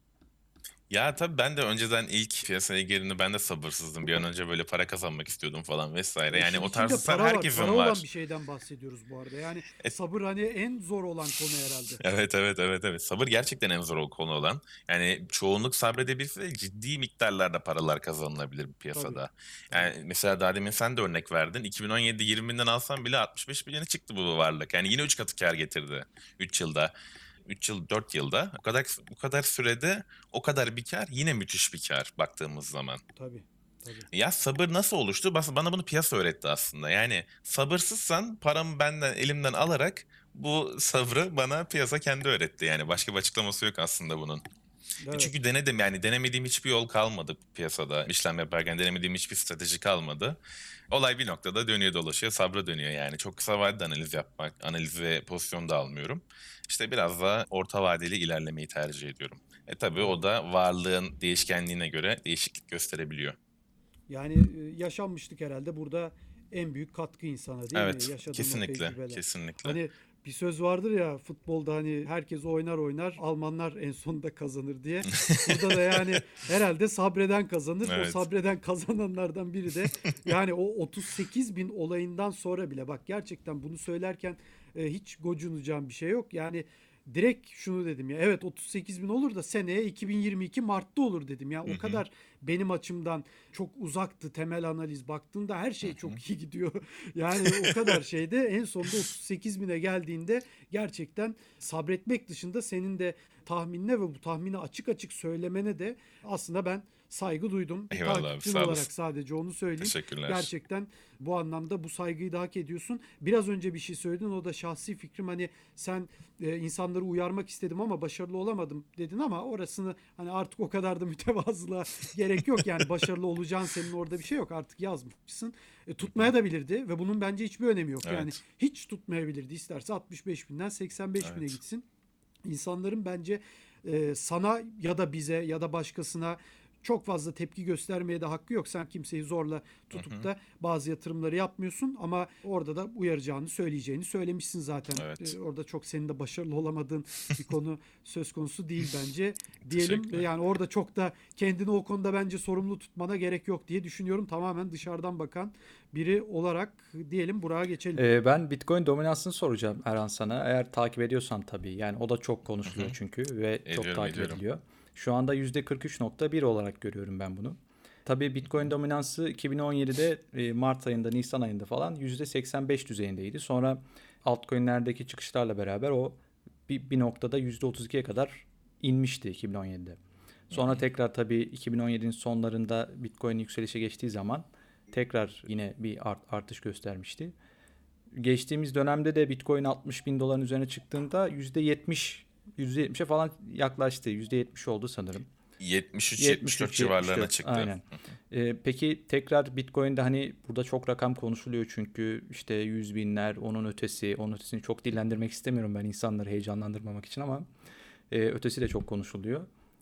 Ya tabii ben de önceden ilk piyasaya girdiğimde ben de sabırsızdım. Bir an önce böyle para kazanmak istiyordum falan vesaire. E Yani işin o içinde tarz hisler para var. herkesin Para olan var. bir şeyden bahsediyoruz bu arada. Yani E, sabır hani en zor olan konu herhalde. Evet evet evet evet. Sabır gerçekten en zor o konu olan. Yani çoğunluk sabredebilse ciddi miktarlarda paralar kazanılabilir bir Tabii. piyasada. Tabii. Yani mesela daha demin sen de örnek verdin. iki bin on yedi yirmi binden alsan bile altmış beş milyona çıktı bu varlık. Yani yine üç katı kar getirdi üç yılda. üç yıl dört yılda o kadar bu kadar sürede o kadar bir kar, yine müthiş bir kar baktığımız zaman. Tabii. Tabii. Ya sabır nasıl oluştu? Bas- Bana bunu piyasa öğretti aslında. Yani sabırsızsan paramı benden elimden alarak bu sabrı bana piyasa kendi öğretti. Yani başka bir açıklaması yok aslında bunun. E Evet. Çünkü denedim, yani denemediğim hiçbir yol kalmadı piyasada. İşlem yaparken denemediğim hiçbir strateji kalmadı. Olay bir noktada dönüyor dolaşıyor, sabra dönüyor yani. Çok kısa vadede analiz yapmak, analiz ve pozisyon da almıyorum. İşte biraz daha orta vadeli ilerlemeyi tercih ediyorum. E tabii o Anladım. da varlığın değişkenliğine göre değişiklik gösterebiliyor. Yani e, yaşanmışlık herhalde burada en büyük katkı insana, değil mi? Evet, Yaşadığın o kesinlikle, tecrübeler. kesinlikle. Hani bir söz vardır ya futbolda, hani herkes oynar oynar, Almanlar en sonunda kazanır diye. Burada da yani herhalde sabreden kazanır. O Evet. sabreden kazananlardan biri de yani o otuz sekiz bin olayından sonra bile, bak gerçekten bunu söylerken e, hiç gocunacağım bir şey yok. Yani direkt şunu dedim ya, evet otuz sekiz bin olur da seneye iki bin yirmi iki Mart'ta olur dedim ya, Hı o hı, kadar benim açımdan çok uzaktı temel analiz, baktığında her hı şey hı. çok iyi gidiyor. Yani o kadar şeyde en sonunda otuz sekiz bine geldiğinde gerçekten sabretmek dışında senin de tahminine ve bu tahmini açık açık söylemene de aslında ben saygı duydum. Bir Eyvallah abi, takipçin sağ olarak olasın. sadece onu söyleyeyim. Teşekkürler. Gerçekten bu anlamda bu saygıyı da hak ediyorsun. Biraz önce bir şey söyledin, o da şahsi fikrim, hani sen e, insanları uyarmak istedim ama başarılı olamadım dedin, ama orasını hani artık o kadar da mütevazılığa gerek yok. Yani başarılı olacağın, senin orada bir şey yok, artık yazmışsın. E, Hı tutmaya hı. da bilirdi ve bunun bence hiçbir önemi yok. Yani Evet, hiç tutmayabilirdi. İsterse altmış beş binden seksen beş bine evet. gitsin. İnsanların bence e, sana ya da bize ya da başkasına çok fazla tepki göstermeye de hakkı yok. Sen kimseyi zorla Hı tutup hı. da bazı yatırımları yapmıyorsun ama orada da uyaracağını, söyleyeceğini söylemişsin zaten. Evet. E, orada çok senin de başarılı olamadığın bir konu söz konusu değil bence. Diyelim. Ve Teşekkürler. yani orada çok da kendini o konuda bence sorumlu tutmana gerek yok diye düşünüyorum. Tamamen dışarıdan bakan biri olarak diyelim, buraya geçelim. Ee, ben Bitcoin dominansını soracağım Erhan sana. Eğer takip ediyorsan tabii. Yani o da çok Hı konuşuluyor hı. çünkü ve çok Ediyorum, takip ediyorum. ediliyor. Şu anda yüzde kırk üç nokta bir olarak görüyorum ben bunu. Tabii Bitcoin dominansı iki bin on yedide e, Mart ayında, Nisan ayında falan yüzde seksen beş düzeyindeydi. Sonra altcoin'lerdeki çıkışlarla beraber o bir, bir noktada yüzde otuz ikiye kadar inmişti iki bin on yedide. Hı Sonra hı. tekrar tabii iki bin on yedinin sonlarında Bitcoin yükselişe geçtiği zaman tekrar yine bir art, artış göstermişti. Geçtiğimiz dönemde de Bitcoin altmış bin doların üzerine çıktığında yüzde yetmiş, yüzde yetmişe falan yaklaştı. yüzde yetmiş oldu sanırım. yetmiş üç yetmiş dört yetmiş üç, civarlarına yetmiş dört çıktı. aynen. Ee, peki tekrar Bitcoin'de hani burada çok rakam konuşuluyor çünkü işte yüz binler, onun ötesi, onun ötesini çok dillendirmek istemiyorum ben insanları heyecanlandırmamak için ama e, ötesi de çok konuşuluyor.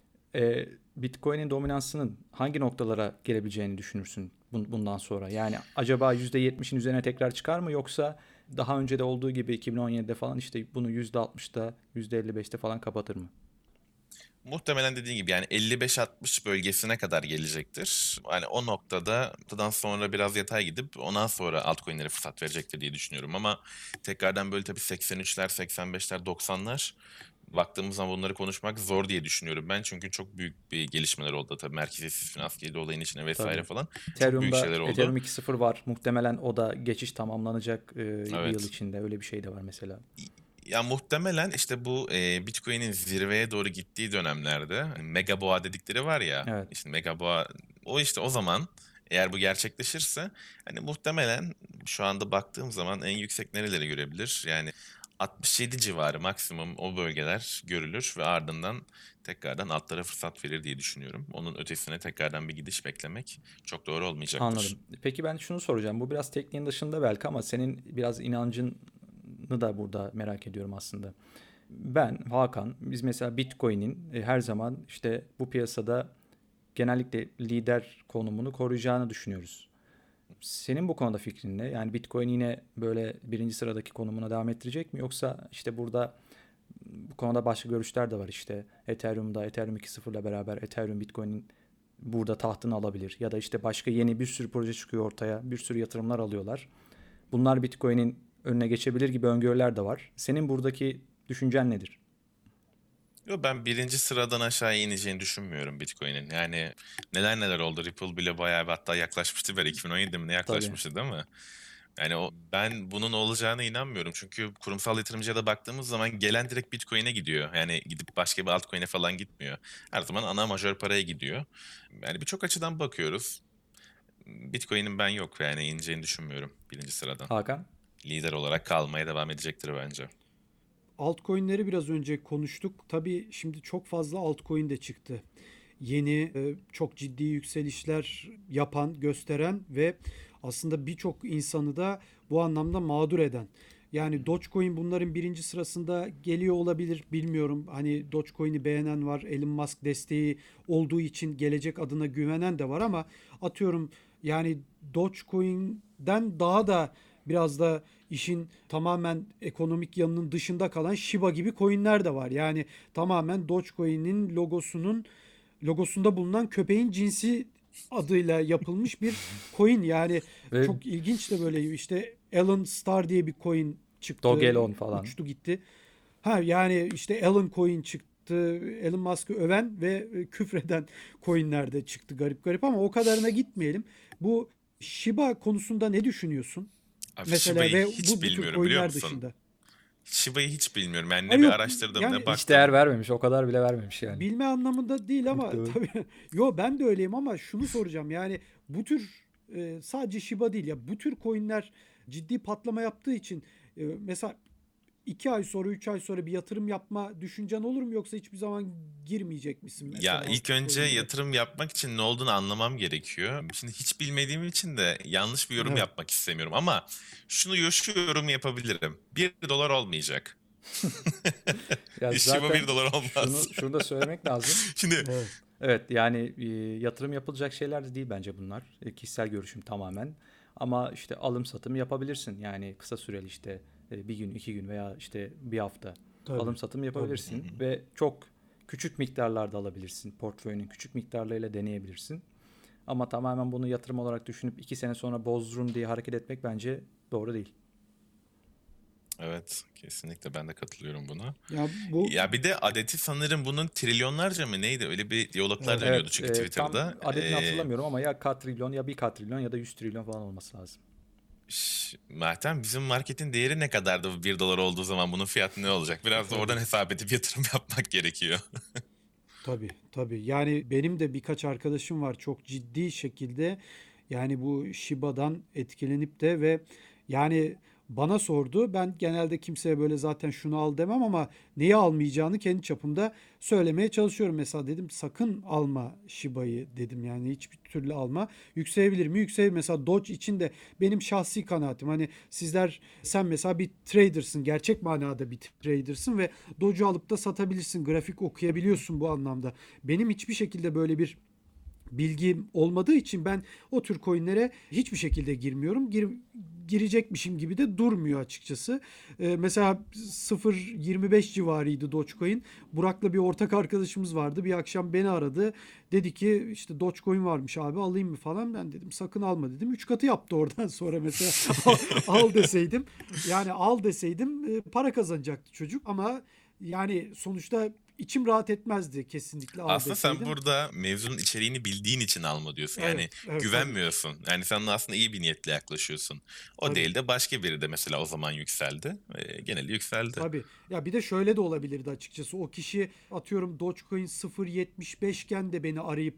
E, Bitcoin'in dominansının hangi noktalara gelebileceğini düşünürsün bun- bundan sonra? Yani acaba yüzde yetmişin üzerine tekrar çıkar mı, yoksa daha önce de olduğu gibi iki bin on yedide falan işte bunu yüzde altmışta, yüzde elli beşte falan kapatır mı? Muhtemelen dediğin gibi yani elli beş altmış bölgesine kadar gelecektir. Yani o noktada noktadan sonra biraz yatay gidip ondan sonra altcoin'lere fırsat verecektir diye düşünüyorum. Ama tekrardan böyle tabii seksen üçler, seksen beşler, doksanlar baktığımız zaman bunları konuşmak zor diye düşünüyorum ben. Çünkü çok büyük bir gelişmeler oldu tabii, merkeziyetsiz finans girdi olayın içine vesaire Tabii. falan. Çok büyük Ethereum'da şeyler oldu. Ethereum iki nokta sıfır var. Muhtemelen o da geçiş tamamlanacak e, bir yıl Evet. içinde. Öyle bir şey de var mesela. Ya muhtemelen işte bu e, Bitcoin'in zirveye doğru gittiği dönemlerde hani mega boğa dedikleri var ya, Evet. işte mega boğa, o işte o zaman Eğer bu gerçekleşirse hani muhtemelen şu anda baktığım zaman en yüksek nereleri görebilir? Yani altmış yedi civarı maksimum o bölgeler görülür ve ardından tekrardan altlara fırsat verir diye düşünüyorum. Onun ötesine tekrardan bir gidiş beklemek çok doğru olmayacaktır. Anladım. Peki ben şunu soracağım. Bu biraz tekniğin dışında belki ama senin biraz inancını da burada merak ediyorum aslında. Ben, Hakan, biz mesela Bitcoin'in e, her zaman işte bu piyasada genellikle lider konumunu koruyacağını düşünüyoruz. Senin bu konuda fikrin ne? Yani Bitcoin yine böyle birinci sıradaki konumuna devam ettirecek mi? Yoksa işte burada bu konuda başka görüşler de var işte. Ethereum'da Ethereum iki nokta sıfır ile beraber Ethereum Bitcoin'in burada tahtını alabilir. Ya da işte başka yeni bir sürü proje çıkıyor ortaya. Bir sürü yatırımlar alıyorlar. Bunlar Bitcoin'in önüne geçebilir gibi öngörüler de var. Senin buradaki düşüncen nedir? Yo, ben birinci sıradan aşağı ineceğini düşünmüyorum Bitcoin'in. Yani neler neler oldu. Ripple bile bayağı bir hatta yaklaşmıştı. Böyle iki bin on yedide mi ne Tabii. yaklaşmıştı değil mi? Yani o, ben bunun olacağına inanmıyorum. Çünkü kurumsal yatırımcıya da baktığımız zaman gelen direkt Bitcoin'e gidiyor. Yani gidip başka bir altcoin'e falan gitmiyor. Her zaman ana majör paraya gidiyor. Yani birçok açıdan bakıyoruz. Bitcoin'in ben yok yani ineceğini düşünmüyorum birinci sıradan. Hakan? Lider olarak kalmaya devam edecektir bence. Altcoin'leri biraz önce konuştuk. Tabii şimdi çok fazla altcoin de çıktı. Yeni, e, çok ciddi yükselişler yapan, gösteren ve aslında birçok insanı da bu anlamda mağdur eden. Yani Dogecoin bunların birinci sırasında geliyor olabilir, bilmiyorum. Hani Dogecoin'i beğenen var, Elon Musk desteği olduğu için gelecek adına güvenen de var ama atıyorum yani Dogecoin'den daha da biraz da işin tamamen ekonomik yanının dışında kalan Shiba gibi coinler de var. Yani tamamen Dogecoin'in logosunun logosunda bulunan köpeğin cinsi adıyla yapılmış bir coin. Yani Ve çok ilginç de böyle işte Alan Star diye bir coin çıktı. Dogelon falan. Uçtu gitti. Ha yani işte Alan coin çıktı. Elon Musk'ı öven ve küfreden coinler de çıktı garip garip ama o kadarına gitmeyelim. Bu Shiba konusunda ne düşünüyorsun? Abi Mesela Shiba'yı ve hiç bu bu tür bilmiyorum biliyor coinler musun? dışında. Shiba'yı hiç bilmiyorum. Yani Ha ne bir yok araştırdım ne yani hiç değer baktım. vermemiş. O kadar bile vermemiş yani. bilme anlamında değil ama Doğru. tabii yo ben de öyleyim ama şunu soracağım. Yani bu tür e, sadece Shiba değil ya bu tür coinler ciddi patlama yaptığı için e, mesela iki ay sonra üç ay sonra bir yatırım yapma düşüncen olur mu yoksa hiçbir zaman girmeyecek misin Ya mesela o ilk tür önce coinlere? yatırım yapmak için ne olduğunu anlamam gerekiyor. Şimdi hiç bilmediğim için de yanlış bir yorum Evet. yapmak istemiyorum ama şunu şu yorum yapabilirim. Bir dolar olmayacak. Ya Shiba zaten bir dolar olmaz. şunu şunu da söylemek lazım. Şimdi Evet. Evet yani e, yatırım yapılacak şeyler de değil bence bunlar. E, kişisel görüşüm tamamen. Ama işte alım satım yapabilirsin. Yani kısa süreli işte e, bir gün, iki gün veya işte bir hafta Tabii. alım satım Tabii. yapabilirsin. Ve çok küçük miktarlarda alabilirsin. Portföyünün küçük miktarlarıyla deneyebilirsin. Ama tamamen bunu yatırım olarak düşünüp iki sene sonra bozdururum diye hareket etmek bence doğru değil. evet, kesinlikle ben de katılıyorum buna. Ya bu Ya bir de adeti sanırım bunun trilyonlarca mı neydi? Öyle bir diyaloglar evet. dönüyordu Evet, çünkü e, tam Twitter'da. adedini Ee, hatırlamıyorum ama ya katrilyon ya bir katrilyon ya da yüz trilyon falan olması lazım. Ş- Meltem bizim marketin değeri ne kadardı bu bir dolar olduğu zaman bunun fiyatı ne olacak? Biraz da oradan Tabii. hesap edip yatırım yapmak gerekiyor. Tabii, tabii. Yani benim de birkaç arkadaşım var çok ciddi şekilde yani bu Shiba'dan etkilenip de ve yani bana sordu. Ben genelde kimseye böyle zaten şunu al demem ama neyi almayacağını kendi çapımda söylemeye çalışıyorum. Mesela dedim sakın alma Shiba'yı dedim yani hiçbir türlü alma. Yükselebilir mi? Yükselebilir. Mesela Doge için de benim şahsi kanaatim hani sizler sen mesela bir trader'sın. Gerçek manada bir trader'sın ve Doge'u alıp da satabilirsin. Grafik okuyabiliyorsun bu anlamda. Benim hiçbir şekilde böyle bir bilgim olmadığı için ben o tür coinlere hiçbir şekilde girmiyorum. Gir, girecekmişim gibi de durmuyor açıkçası. Ee, mesela sıfır virgül yirmi beş civarıydı Dogecoin. Burak'la bir ortak arkadaşımız vardı. Bir akşam beni aradı. Dedi ki işte Dogecoin varmış abi alayım mı falan. Ben dedim sakın alma dedim. Üç katı yaptı oradan sonra mesela al, al deseydim. Yani al deseydim e, para kazanacaktı çocuk ama yani sonuçta içim rahat etmezdi kesinlikle al Aslında sen deseydim. burada mevzunun içeriğini bildiğin için alma diyorsun. Evet, Yani evet tabii. güvenmiyorsun. Yani sen ona aslında iyi bir niyetle yaklaşıyorsun. O Tabii. değil de başka biri de mesela o zaman yükseldi. E, geneli yükseldi. Tabii. Ya bir de şöyle de olabilirdi açıkçası. O kişi atıyorum Dogecoin sıfır virgül yetmiş beş iken de beni arayıp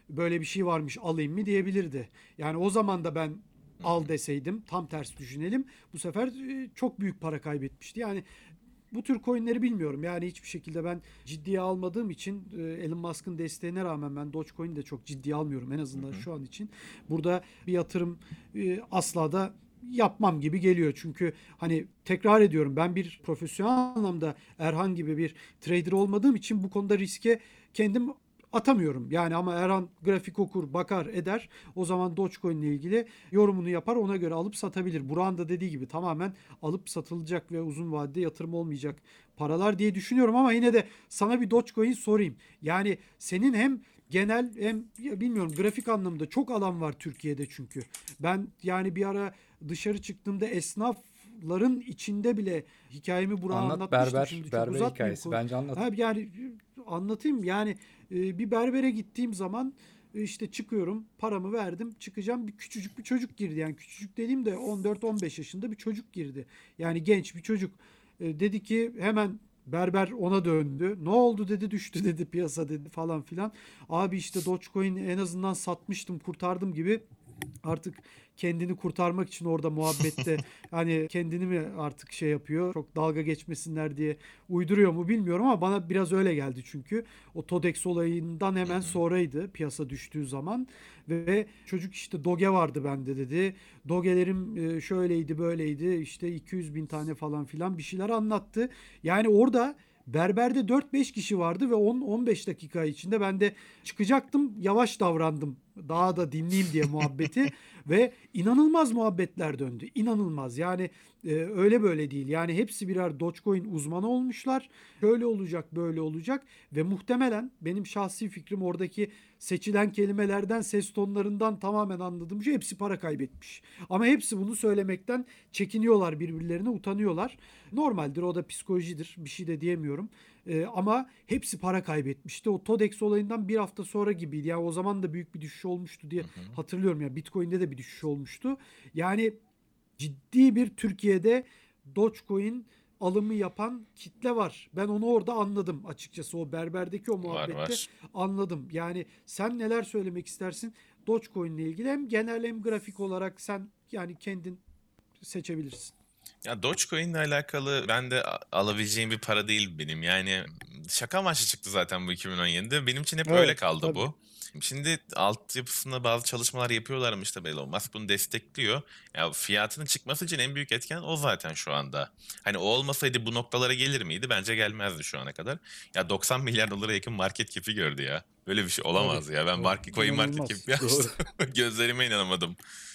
böyle bir şey varmış alayım mı diyebilirdi. Yani o zaman da ben al deseydim, tam ters düşünelim, bu sefer e, çok büyük para kaybetmişti. Yani bu tür coinleri bilmiyorum. Yani hiçbir şekilde ben ciddiye almadığım için e, Elon Musk'ın desteğine rağmen ben Dogecoin'i de çok ciddiye almıyorum en azından şu an için. Burada bir yatırım e, asla da yapmam gibi geliyor. Çünkü hani tekrar ediyorum, ben bir profesyonel anlamda Erhan gibi bir trader olmadığım için bu konuda riske kendim atamıyorum. Yani ama Erhan grafik okur, bakar, eder. O zaman Dogecoin ile ilgili yorumunu yapar. Ona göre alıp satabilir. Burak'ın da dediği gibi tamamen alıp satılacak ve uzun vadede yatırım olmayacak paralar diye düşünüyorum, ama yine de sana bir Dogecoin sorayım. Yani senin hem genel hem ya bilmiyorum grafik anlamda çok alan var Türkiye'de çünkü. Ben yani bir ara dışarı çıktığımda esnafların içinde bile hikayemi Burak'a Anlat anlatmıştım. berber, Şimdi çok berber uzatmayayım hikayesi. konu. Bence anlat. Ha, yani anlatayım yani, e, bir berbere gittiğim zaman e, işte çıkıyorum, paramı verdim, çıkacağım, bir küçücük bir çocuk girdi. Yani küçücük dediğim de on dört on beş yaşında bir çocuk girdi. Yani genç bir çocuk. E, dedi ki hemen berber ona döndü. Ne oldu dedi, düştü dedi piyasa dedi falan filan. Abi işte Dogecoin en azından satmıştım, kurtardım gibi. Artık kendini kurtarmak için orada muhabbette hani kendini mi artık şey yapıyor, çok dalga geçmesinler diye uyduruyor mu bilmiyorum, ama bana biraz öyle geldi çünkü o Todex olayından hemen sonraydı piyasa düştüğü zaman. Ve çocuk işte Doge vardı bende dedi, Doge'lerim e, şöyleydi böyleydi, işte iki yüz bin tane falan filan bir şeyler anlattı. Yani orada berberde dört beş kişi vardı ve on on beş dakika içinde ben de çıkacaktım, yavaş davrandım daha da dinleyeyim diye muhabbeti. Ve inanılmaz muhabbetler döndü. İnanılmaz. Yani e, öyle böyle değil. Yani hepsi birer Dogecoin uzmanı olmuşlar. Böyle olacak, böyle olacak ve muhtemelen benim şahsi fikrim, oradaki seçilen kelimelerden, ses tonlarından tamamen anladığım şey, hepsi para kaybetmiş. Ama hepsi bunu söylemekten çekiniyorlar, birbirlerine utanıyorlar. Normaldir, o da psikolojidir. Bir şey de diyemiyorum. Ee, ama hepsi para kaybetmişti. O Todex olayından bir hafta sonra gibiydi. Yani o zaman da büyük bir düşüş olmuştu diye hatırlıyorum. Yani Bitcoin'de de bir düşüş olmuştu. Yani ciddi bir Türkiye'de Dogecoin alımı yapan kitle var. Ben onu orada anladım açıkçası. O berberdeki o Var muhabbette var. anladım. Yani sen neler söylemek istersin Dogecoin ile ilgili? Hem genel hem grafik olarak sen yani kendin seçebilirsin. Ya Dogecoin ile alakalı ben de a- alabileceğim bir para değil benim. Yani şaka amaçlı çıktı zaten bu iki bin on yedide. Benim için hep öyle Evet, kaldı tabii. bu. Şimdi altyapısında bazı çalışmalar yapıyorlarmış da Elon Musk bunu destekliyor. Ya fiyatının çıkması için en büyük etken o zaten şu anda. Hani o olmasaydı bu noktalara gelir miydi? Bence gelmezdi şu ana kadar. Ya doksan milyar dolara yakın market cap'i gördü ya. Böyle bir şey Tabii. olamaz ya. Ben Tabii. market, coin market İnanılmaz. cap'i Doğru. açtım. Gözlerime inanamadım.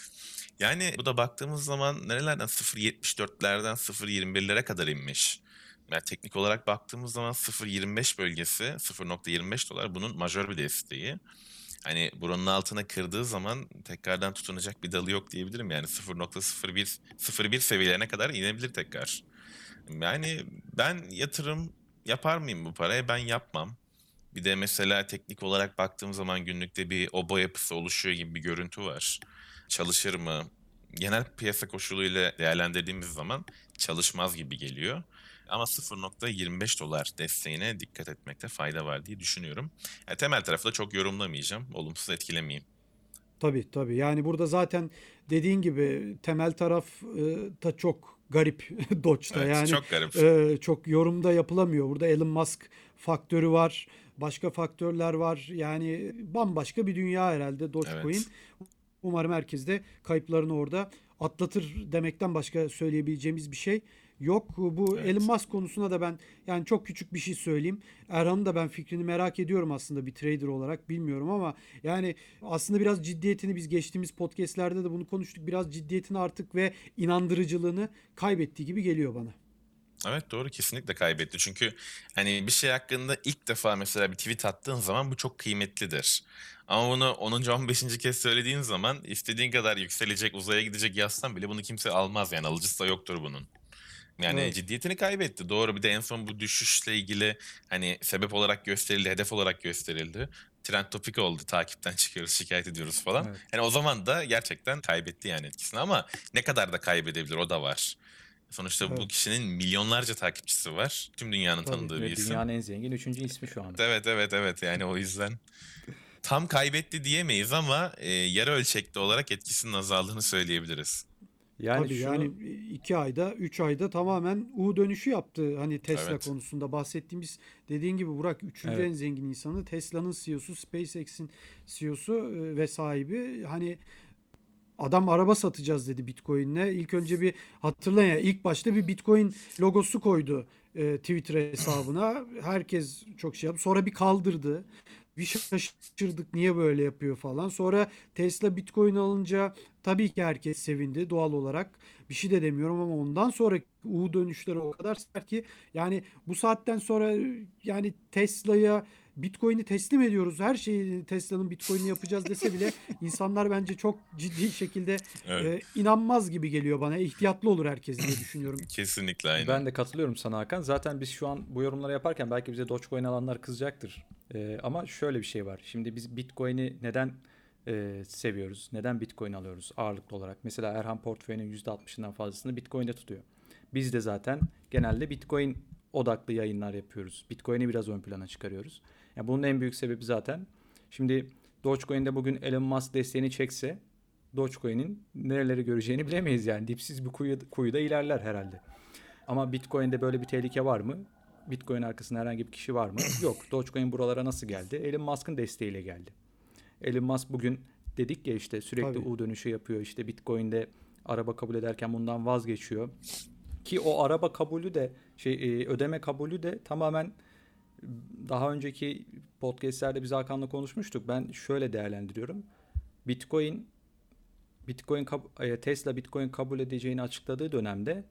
Yani bu da baktığımız zaman nerelerden sıfır virgül yetmiş dörtlerden sıfır virgül yirmi birlere kadar inmiş. Yani teknik olarak baktığımız zaman sıfır virgül yirmi beş bölgesi sıfır virgül yirmi beş dolar bunun majör bir desteği. Hani buranın altına kırdığı zaman tekrardan tutunacak bir dalı yok diyebilirim. Yani sıfır virgül sıfır bir sıfır bir seviyelerine kadar inebilir tekrar. Yani ben yatırım yapar mıyım bu paraya? Ben yapmam. Bir de mesela teknik olarak baktığım zaman günlükte bir obo yapısı oluşuyor gibi bir görüntü var. Çalışır mı? Genel piyasa koşuluyla değerlendirdiğimiz zaman çalışmaz gibi geliyor. Ama sıfır virgül yirmi beş dolar desteğine dikkat etmekte fayda var diye düşünüyorum. Yani temel tarafı da çok yorumlamayacağım. Olumsuz etkilemeyeyim. Tabii tabii. Yani burada zaten dediğin gibi temel taraf e, da çok garip Doge'da. Evet, Yani çok garip. e, çok yorumda yapılamıyor. Burada Elon Musk faktörü var. Başka faktörler var. Yani bambaşka bir dünya herhalde Dogecoin. Evet. Umarım herkes de kayıplarını orada atlatır demekten başka söyleyebileceğimiz bir şey yok. Bu Elon Evet. Musk konusuna da ben yani çok küçük bir şey söyleyeyim. Erhan'ın da ben fikrini merak ediyorum aslında bir trader olarak, bilmiyorum ama yani aslında biraz ciddiyetini, biz geçtiğimiz podcastlerde de bunu konuştuk. Biraz ciddiyetini artık ve inandırıcılığını kaybettiği gibi geliyor bana. Evet doğru, kesinlikle kaybetti. Çünkü hani bir şey hakkında ilk defa mesela bir tweet attığın zaman bu çok kıymetlidir. Ama bunu onuncu. on beşinci kez söylediğin zaman istediğin kadar yükselecek, uzaya gidecek yazsan bile bunu kimse almaz, yani alıcısı da yoktur bunun. Yani Evet. ciddiyetini kaybetti. Doğru, bir de en son bu düşüşle ilgili hani sebep olarak gösterildi, hedef olarak gösterildi. Trend topik oldu, takipten çıkıyoruz, şikayet ediyoruz falan. Evet. Yani o zaman da gerçekten kaybetti yani etkisini, ama ne kadar da kaybedebilir o da var. Sonuçta bu Evet. kişinin milyonlarca takipçisi var. Tüm dünyanın Tabii. tanıdığı bir Ve isim. dünyanın en zengin üçüncü ismi şu anda. Evet evet evet, yani o yüzden. tam kaybetti diyemeyiz ama e, yarı ölçekli olarak etkisinin azaldığını söyleyebiliriz. Yani Tabii şunu yani iki ayda, üç ayda tamamen U dönüşü yaptı. Hani Tesla Evet. konusunda bahsettiğimiz, dediğin gibi Burak, üçüncü Evet. en zengin insanı, Tesla'nın C E O'su, SpaceX'in C E O'su e, ve sahibi. Hani adam araba satacağız dedi Bitcoin'le. İlk önce bir hatırlayın ya, ilk başta bir Bitcoin logosu koydu e, Twitter hesabına. Herkes çok şey yaptı. Sonra bir kaldırdı. Bir şaşırdık niye böyle yapıyor falan. Sonra Tesla Bitcoin alınca tabii ki herkes sevindi doğal olarak. Bir şey de demiyorum ama ondan sonra U dönüşleri o kadar sert ki yani bu saatten sonra yani Tesla'ya Bitcoin'i teslim ediyoruz. Her şeyi Tesla'nın Bitcoin'i yapacağız dese bile insanlar bence çok ciddi şekilde Evet. e, inanmaz gibi geliyor bana. İhtiyatlı olur herkes diye düşünüyorum. Kesinlikle aynen. ben de katılıyorum sana Hakan. Zaten biz şu an bu yorumları yaparken belki bize Dogecoin alanlar kızacaktır. Ee, ama şöyle bir şey var. Şimdi biz Bitcoin'i neden e, seviyoruz? Neden Bitcoin alıyoruz ağırlıklı olarak? Mesela Erhan portföyünün yüzde altmışından fazlasını Bitcoin'de tutuyor. Biz de zaten genelde Bitcoin odaklı yayınlar yapıyoruz. Bitcoin'i biraz ön plana çıkarıyoruz. Yani bunun en büyük sebebi zaten şimdi Dogecoin'de bugün Elon Musk desteğini çekse Dogecoin'in nereleri göreceğini bilemeyiz yani. Dipsiz bir kuyu, kuyuda ilerler herhalde. Ama Bitcoin'de böyle bir tehlike var mı? Bitcoin arkasında herhangi bir kişi var mı? Yok. Dogecoin buralara nasıl geldi? Elon Musk'ın desteğiyle geldi. Elon Musk bugün dedik ya işte sürekli Tabii. U dönüşü yapıyor. İşte Bitcoin'de araba kabul ederken bundan vazgeçiyor. Ki o araba kabulü de şey e, ödeme kabulü de tamamen daha önceki podcastlerde biz Hakan'la konuşmuştuk. Ben şöyle değerlendiriyorum. Bitcoin Bitcoin kab- e, Tesla Bitcoin kabul edeceğini açıkladığı dönemde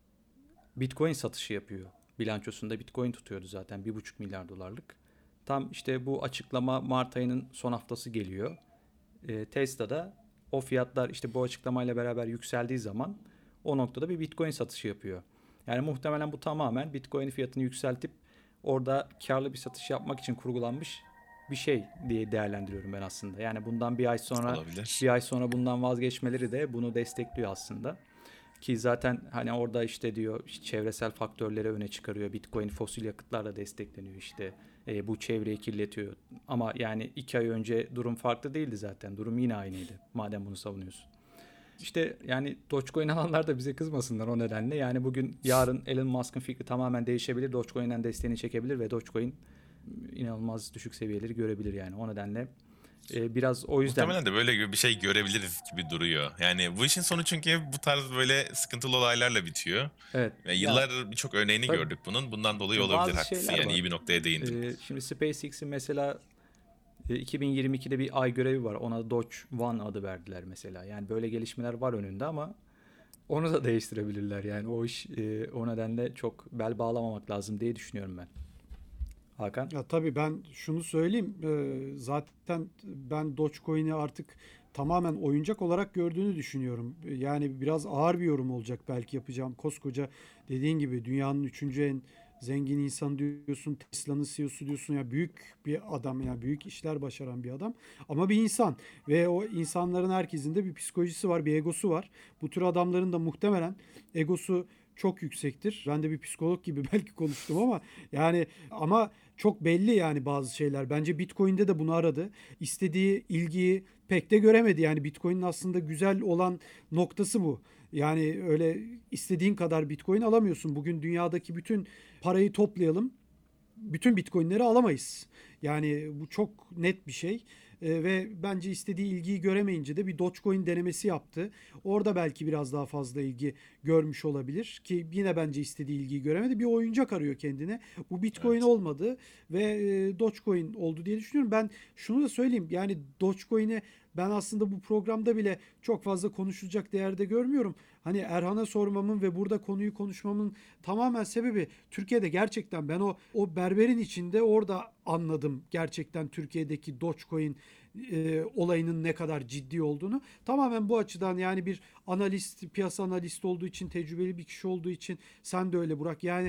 Bitcoin satışı yapıyor. Bilançosunda Bitcoin tutuyordu zaten bir buçuk milyar dolarlık. Tam işte bu açıklama Mart ayının son haftası geliyor. E, Tesla'da o fiyatlar işte bu açıklamayla beraber yükseldiği zaman o noktada bir Bitcoin satışı yapıyor. Yani muhtemelen bu tamamen Bitcoin fiyatını yükseltip orada karlı bir satış yapmak için kurgulanmış bir şey diye değerlendiriyorum ben aslında. Yani bundan bir ay sonra Olabilir. bir ay sonra bundan vazgeçmeleri de bunu destekliyor aslında. Ki zaten hani orada işte diyor işte çevresel faktörleri öne çıkarıyor. Bitcoin fosil yakıtlarla destekleniyor işte. E, bu çevreyi kirletiyor. Ama yani iki ay önce durum farklı değildi zaten. Durum yine aynıydı. Madem bunu savunuyorsun. İşte yani Dogecoin alanlar da bize kızmasınlar o nedenle. Yani bugün yarın Elon Musk'ın fikri tamamen değişebilir. Dogecoin'den desteğini çekebilir ve Dogecoin inanılmaz düşük seviyeleri görebilir yani. O nedenle e, biraz o yüzden Muhtemelen de böyle bir şey görebiliriz gibi duruyor. Yani bu işin sonu çünkü hep bu tarz böyle sıkıntılı olaylarla bitiyor. evet. Ve Ya yıllar birçok örneğini tabii. gördük bunun. Bundan dolayı Ya olabilir, bazı haklısın. şeyler Yani var. iyi bir noktaya değindin. Ee, şimdi SpaceX'in mesela e, iki bin yirmi ikide bir ay görevi var. Ona Doge One adı verdiler mesela. Yani böyle gelişmeler var önünde ama onu da değiştirebilirler. Yani o iş e, o nedenle çok bel bağlamamak lazım diye düşünüyorum ben. Hakan? Ya tabii ben şunu söyleyeyim. e, Zaten ben Dogecoin'i artık tamamen oyuncak olarak gördüğünü düşünüyorum. E, Yani biraz ağır bir yorum olacak belki yapacağım. Koskoca, dediğin gibi, dünyanın üçüncü en zengin insanı diyorsun. Tesla'nın C E O'su diyorsun. Ya büyük bir adam, ya büyük işler başaran bir adam. Ama bir insan ve o insanların herkesin de bir psikolojisi var, bir egosu var. Bu tür adamların da muhtemelen egosu çok yüksektir. Ben de bir psikolog gibi belki konuştum ama yani ama çok belli yani bazı şeyler. Bence Bitcoin'de de bunu aradı. İstediği ilgiyi pek de göremedi. Yani Bitcoin'in aslında güzel olan noktası bu. Yani öyle istediğin kadar Bitcoin alamıyorsun. Bugün dünyadaki bütün parayı toplayalım, bütün Bitcoin'leri alamayız. Yani bu çok net bir şey. Ee, ve bence istediği ilgiyi göremeyince de bir Dogecoin denemesi yaptı. Orada belki biraz daha fazla ilgi görmüş olabilir ki yine bence istediği ilgiyi göremedi. Bir oyuncak arıyor kendine. Bu Bitcoin Evet. olmadı ve e, Dogecoin oldu diye düşünüyorum. Ben şunu da söyleyeyim. Yani Dogecoin'i ben aslında bu programda bile çok fazla konuşulacak değerde görmüyorum. Hani Erhan'a sormamın ve burada konuyu konuşmamın tamamen sebebi Türkiye'de gerçekten ben o o berberin içinde orada anladım gerçekten Türkiye'deki Dogecoin e, olayının ne kadar ciddi olduğunu. Tamamen bu açıdan, yani bir analist, piyasa analisti olduğu için, tecrübeli bir kişi olduğu için, sen de öyle Burak. Yani